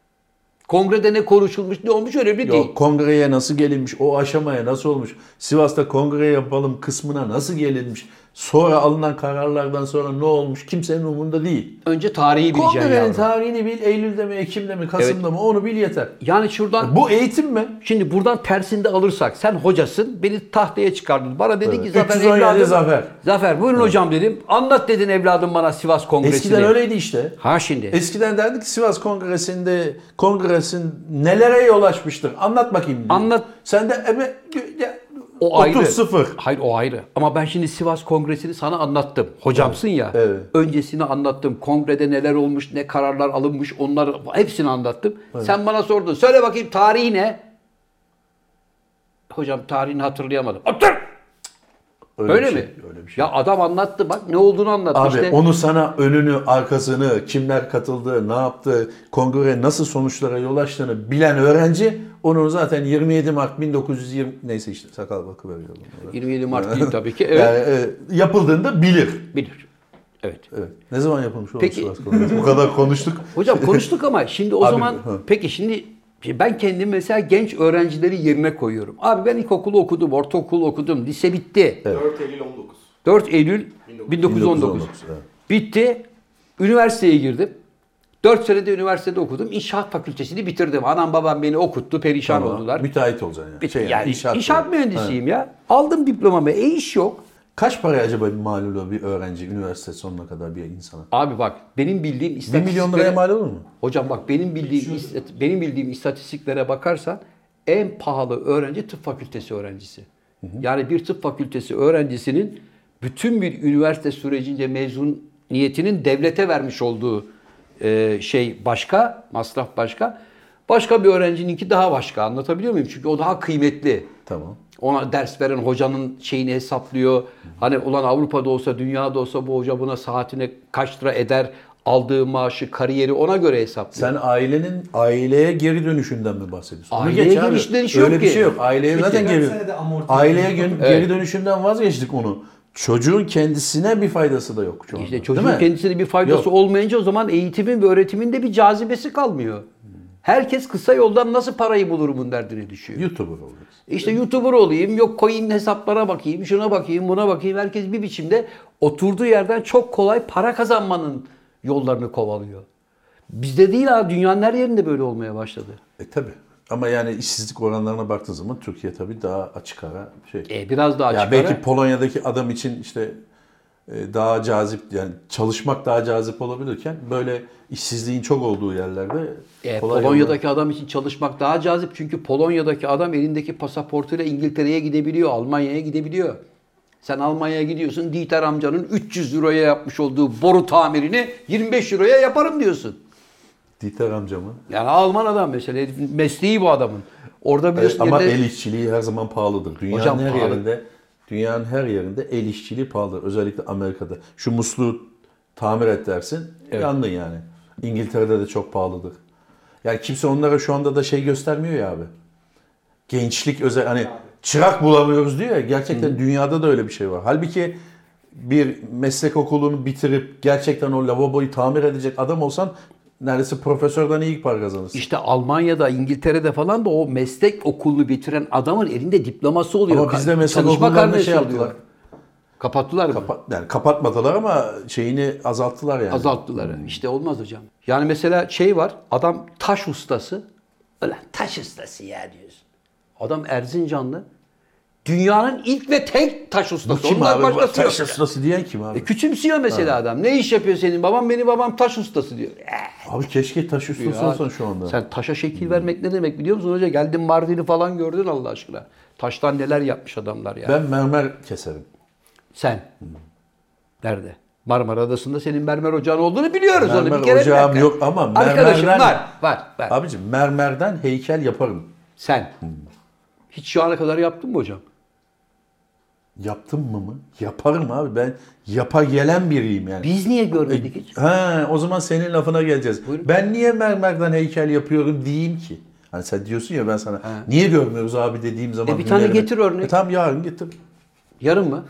S1: Kongrede ne konuşulmuş, ne olmuş önemli değil.
S2: Yok, kongreye nasıl gelinmiş, o aşamaya nasıl olmuş, Sivas'ta kongre yapalım kısmına nasıl gelinmiş, sonra alınan kararlardan sonra ne olmuş kimsenin umurunda değil.
S1: Önce tarihi bileceksin
S2: Kongrenin
S1: yavrum.
S2: tarihini bil, Eylül'de mi, Ekim'de mi, Kasım'da mı onu bil yeter.
S1: Yani şuradan
S2: Bu eğitim mi?
S1: şimdi buradan tersinde alırsak sen hocasın, beni tahtaya çıkardın. Bana dedi ki
S2: Evet.
S1: Zafer
S2: üç yüz on yedi
S1: evladım.
S2: Zafer.
S1: Zafer buyurun hocam dedim. Anlat dedin evladım bana Sivas Kongresi'ni.
S2: Eskiden öyleydi işte.
S1: Ha şimdi.
S2: Eskiden derdik ki Sivas Kongresi'nde kongresin nelere yol açmıştır. Anlat bakayım diyor.
S1: Anlat.
S2: Sen de eme,
S1: O
S2: otuz
S1: ayrı.
S2: sıfır.
S1: Hayır o ayrı. Ama ben şimdi Sivas Kongresi'ni sana anlattım. Hocamsın ya.
S2: Evet.
S1: Öncesini anlattım. Kongrede neler olmuş, ne kararlar alınmış onları hepsini anlattım. Sen bana sordun. Söyle bakayım tarihi ne? Hocam tarihini hatırlayamadım. Otur!
S2: Öyle,
S1: Öyle
S2: bir
S1: mi?
S2: şey, öyle bir şey.
S1: Ya adam anlattı bak ne olduğunu anlattı
S2: Abi
S1: işte.
S2: onu sana önünü, arkasını, kimler katıldı, ne yaptı, kongre nasıl sonuçlara yol açtığını bilen öğrenci onu zaten yirmi yedi Mart bin dokuz yüz yirmi neyse işte sakal bakıveriyor.
S1: yirmi yedi Mart değil tabii ki. Evet.
S2: Yani, e, yapıldığında bilir.
S1: Bilir. Evet.
S2: Evet. Ne zaman yapılmış o
S1: Peki-
S2: Sivas Kongresi? Bu kadar konuştuk.
S1: Hocam konuştuk ama şimdi o
S2: Abi,
S1: zaman
S2: ha.
S1: peki şimdi şimdi ben kendimi mesela genç öğrencileri yerine koyuyorum. Abi ben ilkokulu okudum, ortaokul okudum, lise bitti.
S4: dört Eylül on dokuz.
S1: dört Eylül bin dokuz yüz on dokuz.
S2: evet.
S1: Bitti. Üniversiteye girdim. dört senede üniversitede okudum. İnşaat fakültesini bitirdim. Anam babam beni okuttu, perişan
S2: Tamam.
S1: oldular.
S2: Müteahhit olacaksın yani.
S1: Bitti.
S2: Şey,
S1: yani inşaat,
S2: inşaat,
S1: mühendisiyim ya. Aldım diplomamı. E iş yok.
S2: Kaç para acaba bir mal oluyor bir öğrenci üniversite sonuna kadar bir insana?
S1: Abi bak benim bildiğim
S2: Bir
S1: istatistiklere...
S2: milyon liraya mal olur mu?
S1: Hocam bak benim bildiğim istat- benim bildiğim istatistiklere bakarsan en pahalı öğrenci tıp fakültesi öğrencisi. Yani bir tıp fakültesi öğrencisinin bütün bir üniversite sürecince mezuniyetinin devlete vermiş olduğu e, şey başka, masraf başka. Başka bir öğrencininki daha başka. Anlatabiliyor muyum? Çünkü o daha kıymetli.
S2: Tamam.
S1: Ona ders veren hocanın şeyini hesaplıyor. Hani ulan Avrupa'da olsa, dünyada olsa bu hoca buna saatine kaç lira eder? Aldığı maaşı, kariyeri ona göre hesaplıyor.
S2: Sen ailenin aileye geri dönüşünden mi bahsediyorsun? Onu
S1: Aileye
S2: geç
S1: geri
S2: abi.
S1: dönüşü
S2: Öyle
S1: yok
S2: bir
S1: ki.
S2: şey yok. Aileye zaten
S3: Kaç
S2: geri
S3: senede amorti
S2: Aileye
S3: ediyor?
S2: gö-
S1: Evet.
S2: geri dönüşünden vazgeçtik onu. Çocuğun kendisine bir faydası da yok şu anda.
S1: İşte
S2: Değil
S1: çocuğun
S2: mi?
S1: kendisine bir faydası
S2: Yok.
S1: olmayınca o zaman eğitimin ve öğretimin de bir cazibesi kalmıyor. Herkes kısa yoldan nasıl parayı bulur bunun derdine düşüyor.
S2: YouTuber olacaksın.
S1: İşte YouTuber olayım, yok koyayım hesaplara bakayım, şuna bakayım, buna bakayım. Herkes bir biçimde oturduğu yerden çok kolay para kazanmanın yollarını kovalıyor. Bizde değil ha, dünyanın her yerinde böyle olmaya başladı.
S2: E tabi. Ama yani işsizlik oranlarına baktığın zaman Türkiye tabii daha açık ara şey.
S1: E, biraz daha
S2: Ya
S1: açık
S2: belki
S1: ara.
S2: Polonya'daki adam için işte e, daha cazip, yani çalışmak daha cazip olabilirken böyle işsizliğin çok olduğu yerlerde
S1: E,
S2: kolay
S1: Polonya'daki adam için çalışmak daha cazip. Çünkü Polonya'daki adam elindeki pasaportuyla İngiltere'ye gidebiliyor, Almanya'ya gidebiliyor. Sen Almanya'ya gidiyorsun, Dieter amcanın üç yüz euroya yapmış olduğu boru tamirini yirmi beş euroya yaparım diyorsun.
S2: Dieter amca mı?
S1: Yani Alman adam mesela, herifin mesleği bu adamın. Orada biliyorsun
S2: Evet, ama
S1: evde-
S2: el işçiliği her zaman pahalıdır. Dünyanın
S1: Hocam
S2: her
S1: pahalı.
S2: yerinde dünyanın her yerinde el işçiliği pahalıdır. Özellikle Amerika'da. Şu musluğu tamir et dersin,
S1: Evet.
S2: yandın yani. İngiltere'de de çok pahalıdır. Yani kimse onlara şu anda da şey göstermiyor ya abi. Gençlik özel, hani çırak bulamıyoruz diyor ya. Gerçekten dünyada da öyle bir şey var. Halbuki bir meslek okulunu bitirip gerçekten o lavaboyu tamir edecek adam olsan neredeyse profesörden iyi para kazanırsın.
S1: İşte Almanya'da, İngiltere'de falan da o meslek okulunu bitiren adamın elinde diploması oluyor.
S2: Ama bizde meslek
S1: Çalışma
S2: okullarında
S1: karnesi
S2: şey
S1: oluyor.
S2: yaptılar.
S1: Kapattılar mı?
S2: Kapat, yani kapatmadılar ama şeyini azalttılar yani.
S1: Azalttılar. İşte olmaz hocam. Yani mesela şey var, adam taş ustası. Ulan taş ustası ya diyorsun. Adam Erzincanlı. Dünyanın ilk ve tek taş
S2: Bu
S1: ustası.
S2: kim
S1: Ondan
S2: abi?
S1: başkası
S2: Taş
S1: yok.
S2: ustası diyen kim abi?
S1: E, küçümsüyor mesela adam. Ne iş yapıyor senin babam? Benim babam taş ustası diyor. Eh,
S2: Abi keşke taş ustası
S1: ya,
S2: olsan şu anda.
S1: Sen taşa şekil vermek ne demek biliyor musun hoca? Geldin Mardin'i falan gördün Allah aşkına. Taştan neler yapmış adamlar ya.
S2: Ben mermer keserim.
S1: Sen. Nerede? Marmara Adası'nda senin mermer ocağın olduğunu biliyoruz onu
S2: Mermer
S1: bir kere.
S2: ocağım
S1: bir dakika.
S2: yok ama
S1: Arkadaşım
S2: mermerden-
S1: var, var, var.
S2: Abicim mermerden heykel yaparım.
S1: Sen. Hiç şu ana kadar yaptın mı hocam?
S2: Yaptım mı mı? Yaparım abi. Ben yapa gelen biriyim yani.
S1: Biz niye görmedik hiç?
S2: Ha, o zaman senin lafına geleceğiz.
S1: Buyurun.
S2: Ben niye mermerden heykel yapıyorum diyeyim ki? Hani sen diyorsun ya, ben sana niye görmüyoruz abi dediğim zaman.
S1: E bir tane
S2: hünerimi-
S1: getir örnek.
S2: E tamam, yarın getir.
S1: Yarın mı?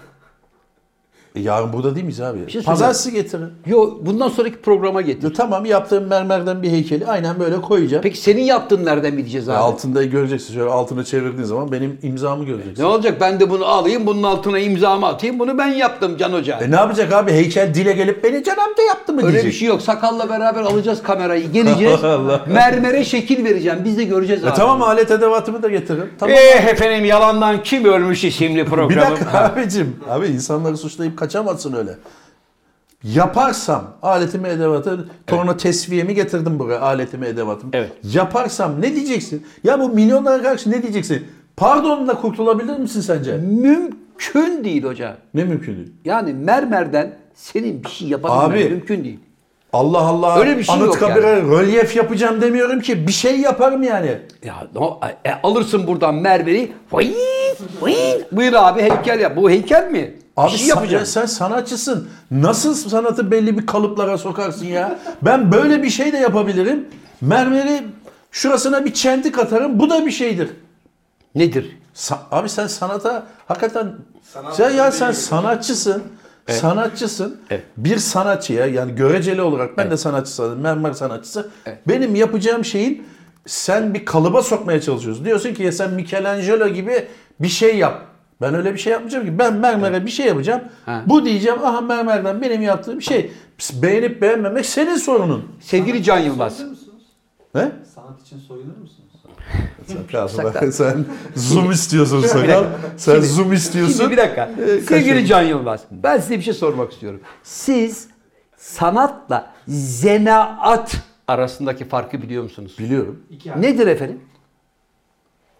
S2: E yarın burada değil miyiz abi?
S1: şey
S2: Pazartesi getirin.
S1: Yo, bundan sonraki programa getir.
S2: Ya tamam, yaptığım mermerden bir heykeli aynen böyle koyacağım.
S1: Peki senin yaptığın nereden bileceğiz abi?
S2: Ya altında göreceksin. Şöyle altını çevirdiğin zaman benim imzamı
S1: Ne
S2: göreceksin.
S1: olacak? Ben de bunu alayım, bunun altına imzamı atayım. Bunu ben yaptım Can Hoca.
S2: E ne yapacak abi? Heykel dile gelip beni Can amca yaptı mı
S1: Öyle
S2: diyecek.
S1: bir şey yok. Sakalla beraber alacağız kamerayı. Geleceğiz.
S2: Allah.
S1: Mermere şekil vereceğim. Biz de göreceğiz
S2: E
S1: abi.
S2: tamam, alet edevatımı da getirin. Tamam.
S1: Eh efendim, yalandan kim ölmüş isimli
S2: Bir
S1: programım.
S2: dakika abicim. Abi insanları suçlayıp kaçamazsın öyle. Yaparsam aletimi edevatı, torna tesviyemi getirdim buraya, aletimi edevatımı.
S1: Evet.
S2: Yaparsam ne diyeceksin? Ya bu milyonlara karşı ne diyeceksin? Pardonla kurtulabilir misin sence?
S1: Mümkün değil hocam.
S2: Ne mümkün değil.
S1: Yani mermerden senin bir şey yapabilmen
S2: Abi,
S1: mümkün değil.
S2: Allah Allah.
S1: Öyle bir şey yok
S2: Anıtkabir'e rölyef yapacağım demiyorum ki. Bir şey yaparım yani.
S1: Ya no, e, alırsın buradan mermeri. Vıy, vıy. Buyur abi heykel yap. Bu heykel mi?
S2: Abi
S1: bir şey
S2: sen,
S1: yapacağım.
S2: sen sanatçısın. Nasıl sanatı belli bir kalıplara sokarsın ya? Ben böyle bir şey de yapabilirim. Mermeri şurasına bir çentik atarım. Bu da bir şeydir.
S1: Nedir?
S2: Sa- Abi sen sanata hakikaten
S4: Sanat
S2: sen ya
S4: değil
S2: sen
S4: mi?
S2: sanatçısın. Sanatçısın.
S1: Evet.
S2: Bir sanatçıya, yani göreceli olarak ben de sanatçısıyım. Mermer sanatçısı. Benim yapacağım şeyin sen bir kalıba sokmaya çalışıyorsun. Diyorsun ki ya sen Michelangelo gibi bir şey yap. Ben öyle bir şey yapmayacağım ki. Ben mermere bir şey yapacağım.
S1: Ha.
S2: Bu diyeceğim, aha mermerden benim yaptığım şey. Beğenip beğenmemek senin sorunun.
S1: Sevgili Can Yılmaz.
S3: Soyunur musunuz?
S2: Ne?
S3: Sanat için soyunur musunuz?
S2: Sakal. Sen zoom istiyorsun sakal. Sen
S1: Şimdi-
S2: zoom istiyorsun.
S1: Şimdi bir dakika.
S2: Ee,
S1: Sevgili
S2: kaçın.
S1: Can Yılmaz. Ben size bir şey sormak istiyorum. Siz sanatla zanaat arasındaki farkı biliyor musunuz?
S2: Biliyorum.
S3: İki harf.
S1: Nedir efendim?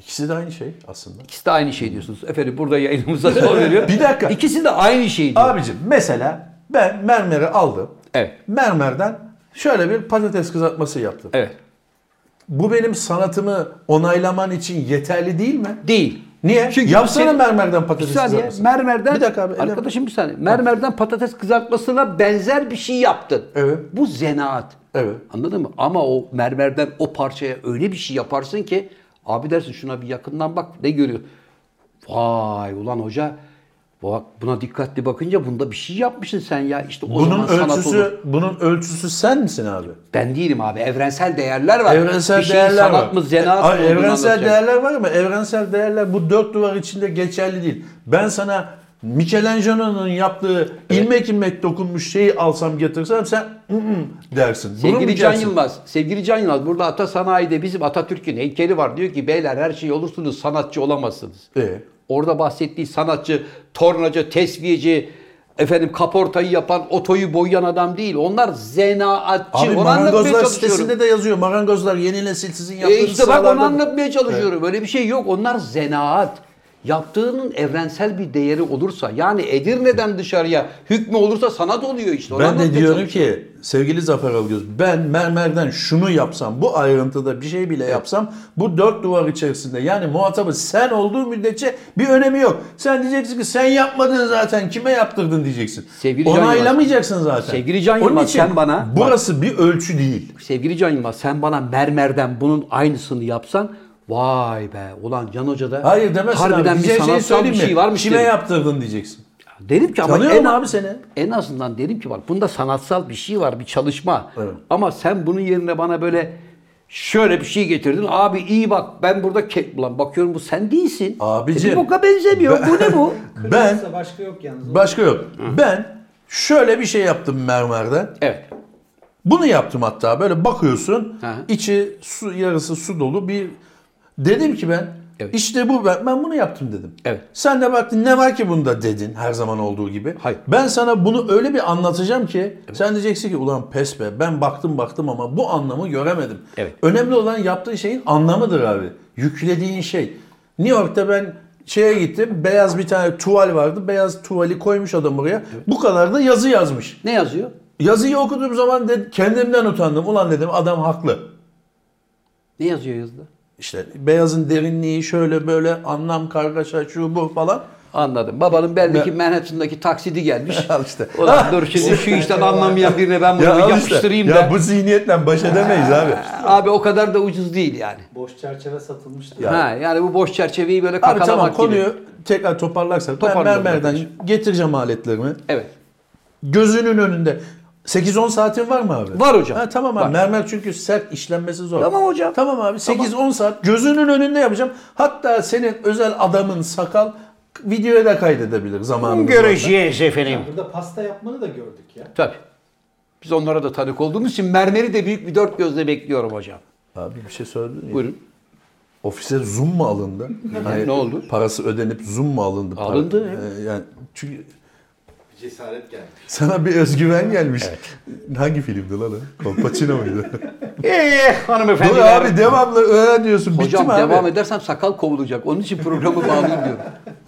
S2: İkisi de aynı şey aslında.
S1: İkisi de aynı şey diyorsunuz. Efendim burada yayınımıza son veriyor.
S2: Bir dakika.
S1: İkisi de aynı şey diyor.
S2: Abicim mesela ben mermeri aldım.
S1: Evet.
S2: Mermerden şöyle bir patates kızartması yaptım.
S1: Evet.
S2: Bu benim sanatımı onaylaman için yeterli değil mi?
S1: Değil.
S2: Niye?
S1: Çünkü
S2: Yapsana
S1: senin-
S2: mermerden
S1: Bir
S2: patates
S1: saniye.
S2: kızartması.
S1: Mermerden
S2: Bir dakika abi, ele-
S1: arkadaşım bir saniye. Mermerden patates kızartmasına benzer bir şey yaptın.
S2: Evet.
S1: Bu zanaat.
S2: Evet.
S1: Anladın mı? Ama o mermerden o parçaya öyle bir şey yaparsın ki abi dersin şuna bir yakından bak ne görüyor? Vay ulan hoca bak buna dikkatli bakınca bunda bir şey yapmışsın sen ya. İşte o
S2: Bunun
S1: zaman sanat olur.
S2: ölçüsü, bunun ölçüsü sen misin abi?
S1: Ben değilim abi. Evrensel değerler var.
S2: Evrensel
S1: bir şeyin
S2: değerler
S1: sanat
S2: var.
S1: mı, zanaat mı
S2: Ay,
S1: olduğunu
S2: evrensel
S1: anlatacak.
S2: değerler var ama evrensel değerler bu dört duvar içinde geçerli değil. Ben sana Michelangelo'nun yaptığı ilmek ilmek dokunmuş şeyi alsam getirsem sen ı -ı dersin. Bunu mu
S1: Sevgili Can
S2: diyeceksin?
S1: Yılmaz, sevgili Can Yılmaz burada Ata Sanayi'de bizim Atatürk'ün heykeli var. Diyor ki beyler her şey olursunuz sanatçı olamazsınız.
S2: Ee?
S1: Orada bahsettiği sanatçı, tornacı, tesviyeci, efendim kaportayı yapan, otoyu boyayan adam değil. Onlar zanaatçı.
S2: Abi
S1: Onu anlatmaya
S2: marangozlar
S1: çalışıyorum.
S2: sitesinde de yazıyor. Marangozlar yeni nesil sizin
S1: E
S2: yaptığınız
S1: işte bak onu
S2: sıralarda-
S1: anlatmaya çalışıyorum. Öyle bir şey yok. Onlar zanaat. Yaptığının evrensel bir değeri olursa yani Edirne'den dışarıya hükmü olursa sanat oluyor işte. Onu
S2: Ben de
S1: anlatmaya
S2: diyorum
S1: çalışıyorum.
S2: ki sevgili Zafer Algöz ben mermerden şunu yapsam bu ayrıntıda bir şey bile yapsam bu dört duvar içerisinde yani muhatabı sen olduğu müddetçe bir önemi yok. Sen diyeceksin ki sen yapmadın zaten kime yaptırdın diyeceksin.
S1: Sevgili Can
S2: Onaylamayacaksın zaten.
S1: Sevgili Can
S2: Onun
S1: Yılmaz,
S2: için
S1: sen bana-
S2: burası bir ölçü değil.
S1: Sevgili Can Yılmaz sen bana mermerden bunun aynısını yapsan vay be ulan Can Hoca da
S2: Hayır demezsin
S1: harbiden
S2: abi.
S1: bir
S2: Diyeceğin şeyi
S1: sanatsal bir
S2: söyleyeyim mi?
S1: şey varmış
S2: Kime
S1: derim.
S2: yaptırdın diyeceksin.
S1: Derim ki ama
S2: Tanıyorum
S1: en,
S2: abi seni.
S1: en azından derim ki bak bunda sanatsal bir şey var bir çalışma.
S2: Evet.
S1: Ama sen bunun yerine bana böyle şöyle bir şey getirdin. Abi iyi bak ben burada ke- ulan bakıyorum bu sen değilsin.
S2: Abicim,
S1: E, bir boka benzemiyor.
S2: ben-
S1: Bu ne bu?
S2: Ben
S3: Kırmızı başka yok yalnız.
S2: başka yok. Ben şöyle bir şey yaptım mermerden.
S1: Evet.
S2: Bunu yaptım hatta böyle bakıyorsun
S1: Hı hı.
S2: içi su yarısı su dolu bir dedim ki ben
S1: Evet.
S2: işte bu ben, ben bunu yaptım dedim.
S1: Evet.
S2: Sen de baktın ne var ki bunda dedin her zaman olduğu gibi.
S1: Hayır.
S2: Ben sana bunu öyle bir anlatacağım ki sen diyeceksin ki ulan pes be ben baktım baktım ama bu anlamı göremedim.
S1: Evet.
S2: Önemli olan yaptığın şeyin anlamıdır abi. Yüklediğin şey. New York'ta ben şeye gittim beyaz bir tane tuval vardı beyaz tuvali koymuş adam oraya bu kadar da yazı yazmış.
S1: Ne yazıyor?
S2: Yazıyı okuduğum zaman de, kendimden utandım. Ulan dedim adam haklı.
S1: Ne yazıyor yazıda?
S2: İşte beyazın derinliği şöyle böyle anlam kargaşa şu bu falan.
S1: Anladım. Babanın beldeki
S2: Ne?
S1: Manhattan'daki taksidi gelmiş.
S2: Al işte.
S1: Ulan dur şimdi şu işten anlamayan birine ben bunu
S2: Ya
S1: bir
S2: al işte.
S1: yapıştırayım
S2: Ya
S1: da.
S2: bu zihniyetle baş edemeyiz abi.
S1: Abi o kadar da ucuz değil yani.
S3: Boş çerçeve satılmıştı.
S2: Ya.
S1: Ha yani bu boş çerçeveyi böyle
S2: Abi
S1: kakalamak
S2: tamam
S1: gibi.
S2: konuyu tekrar toparlarsak. Ben
S1: Toparlayalım
S2: mermerden
S1: arkadaşım.
S2: getireceğim aletlerimi.
S1: Evet.
S2: Gözünün önünde. sekiz on saatin var mı abi?
S1: Var hocam.
S2: Ha, tamam abi.
S1: Var.
S2: Mermer çünkü sert işlenmesi zor.
S1: Tamam hocam.
S2: Tamam abi. sekiz on saat gözünün önünde yapacağım. Hatta senin özel adamın sakal videoya da kaydedebilir zamanımız varsa.
S1: Göreceğiz efendim.
S3: Burada pasta yapmanı da gördük ya.
S1: Tabii. Biz onlara da tanık olduğumuz için mermeri de büyük bir dört gözle bekliyorum hocam.
S2: Abi bir şey söyledin ya.
S1: Buyurun.
S2: Ofise zoom mu alındı? Hani
S1: Ne oldu?
S2: Parası ödenip zoom mu alındı? Para-
S1: Alındı,
S2: Ee, yani çünkü
S4: Cesaret geldi.
S2: sana bir özgüven gelmiş. Hangi filmdi lan o? Kolpaçino muydu?
S1: Eee
S2: Dur
S1: hanımefendiler.
S2: abi devamlı öyle diyorsun. Bitti
S1: Hocam
S2: mi abi?
S1: devam edersem sakal kovulacak. Onun için programı bağlayayım diyorum.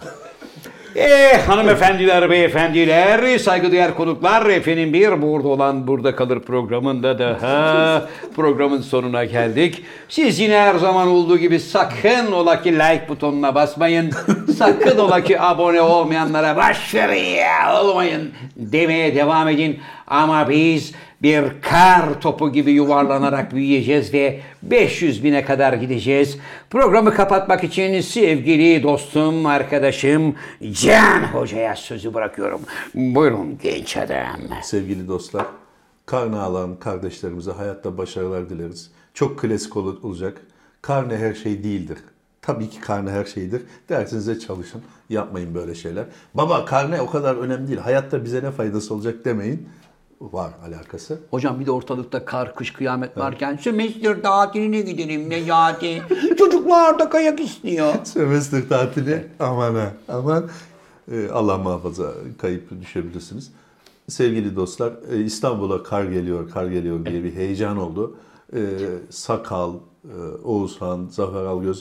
S1: Eee hanımefendiler, beyefendiler, saygıdeğer konuklar, efendim bir burada olan burada kalır programında daha programın sonuna geldik. Siz yine her zaman olduğu gibi sakın ola ki like butonuna basmayın. Sakın ola ki abone olmayanlara başarıya olmayın demeye devam edin. Ama biz bir kar topu gibi yuvarlanarak büyüyeceğiz ve beş yüz bine kadar gideceğiz. Programı kapatmak için sevgili dostum, arkadaşım Can Hoca'ya sözü bırakıyorum. Buyurun genç adam.
S2: Sevgili dostlar, karne alan kardeşlerimize hayatta başarılar dileriz. Çok klasik ol- olacak. Karne her şey değildir. Tabii ki karne her şeydir. Dersinize çalışın. Yapmayın böyle şeyler. Baba karne o kadar önemli değil. Hayatta bize ne faydası olacak demeyin. Var alakası.
S1: Hocam bir de ortalıkta kar, kış, kıyamet varken sömestr tatiline gidelim Necati. Çocuklar da kayak istiyor.
S2: Sömestr tatili aman ha aman. Ee, Allah muhafaza kayıp düşebilirsiniz. Sevgili dostlar e, İstanbul'a kar geliyor, kar geliyor diye bir heyecan oldu. Ee, Sakal, e, Oğuzhan, Zafer Algöz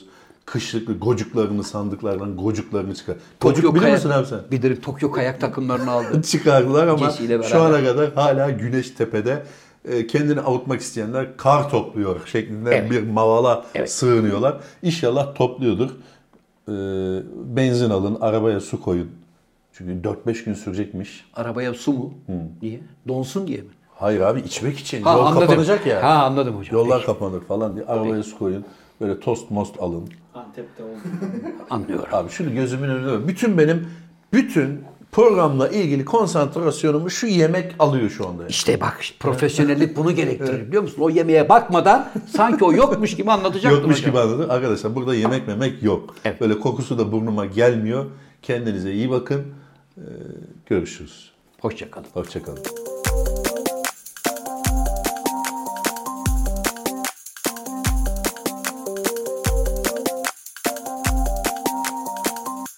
S2: kışlık gocuklarını sandıklardan gocuklarını çıkar.
S1: Tokyo
S2: Gocuk biliyor
S1: kayak-
S2: musun abi sen?
S1: Bilirim, Tokyo kayak takımlarını aldı.
S2: Çıkardılar ama
S1: Giysiyle beraber.
S2: şu ana kadar hala Güneştepe'de e, kendini avutmak isteyenler kar topluyor şeklinde
S1: Evet.
S2: bir mavala
S1: Evet.
S2: sığınıyorlar. İnşallah topluyordur. E, benzin alın, arabaya su koyun. Çünkü dört beş gün sürecekmiş.
S1: Arabaya su mu? Niye? Donsun diye mi?
S2: Hayır abi, içmek için.
S1: Ha,
S2: Yol
S1: anladım.
S2: kapanacak ya.
S1: Ha, anladım hocam.
S2: Yollar
S1: Peki.
S2: kapanır falan diye arabaya su koyun. Böyle tost most alın.
S3: Antep'te oldu.
S1: Anlıyorum.
S2: Abi şunu gözümün önünde. Bütün benim bütün programla ilgili konsantrasyonumu şu yemek alıyor şu anda. Yani.
S1: İşte bak, profesyonellik bunu gerektirir, biliyor musun? O yemeğe bakmadan sanki o yokmuş gibi anlatacaktın
S2: Yokmuş
S1: hocam.
S2: gibi anladın. Arkadaşlar burada yemek memek yok.
S1: Evet.
S2: Böyle kokusu da burnuma gelmiyor. Kendinize iyi bakın. Ee, görüşürüz.
S1: Hoşça kalın.
S2: Hoşça kalın.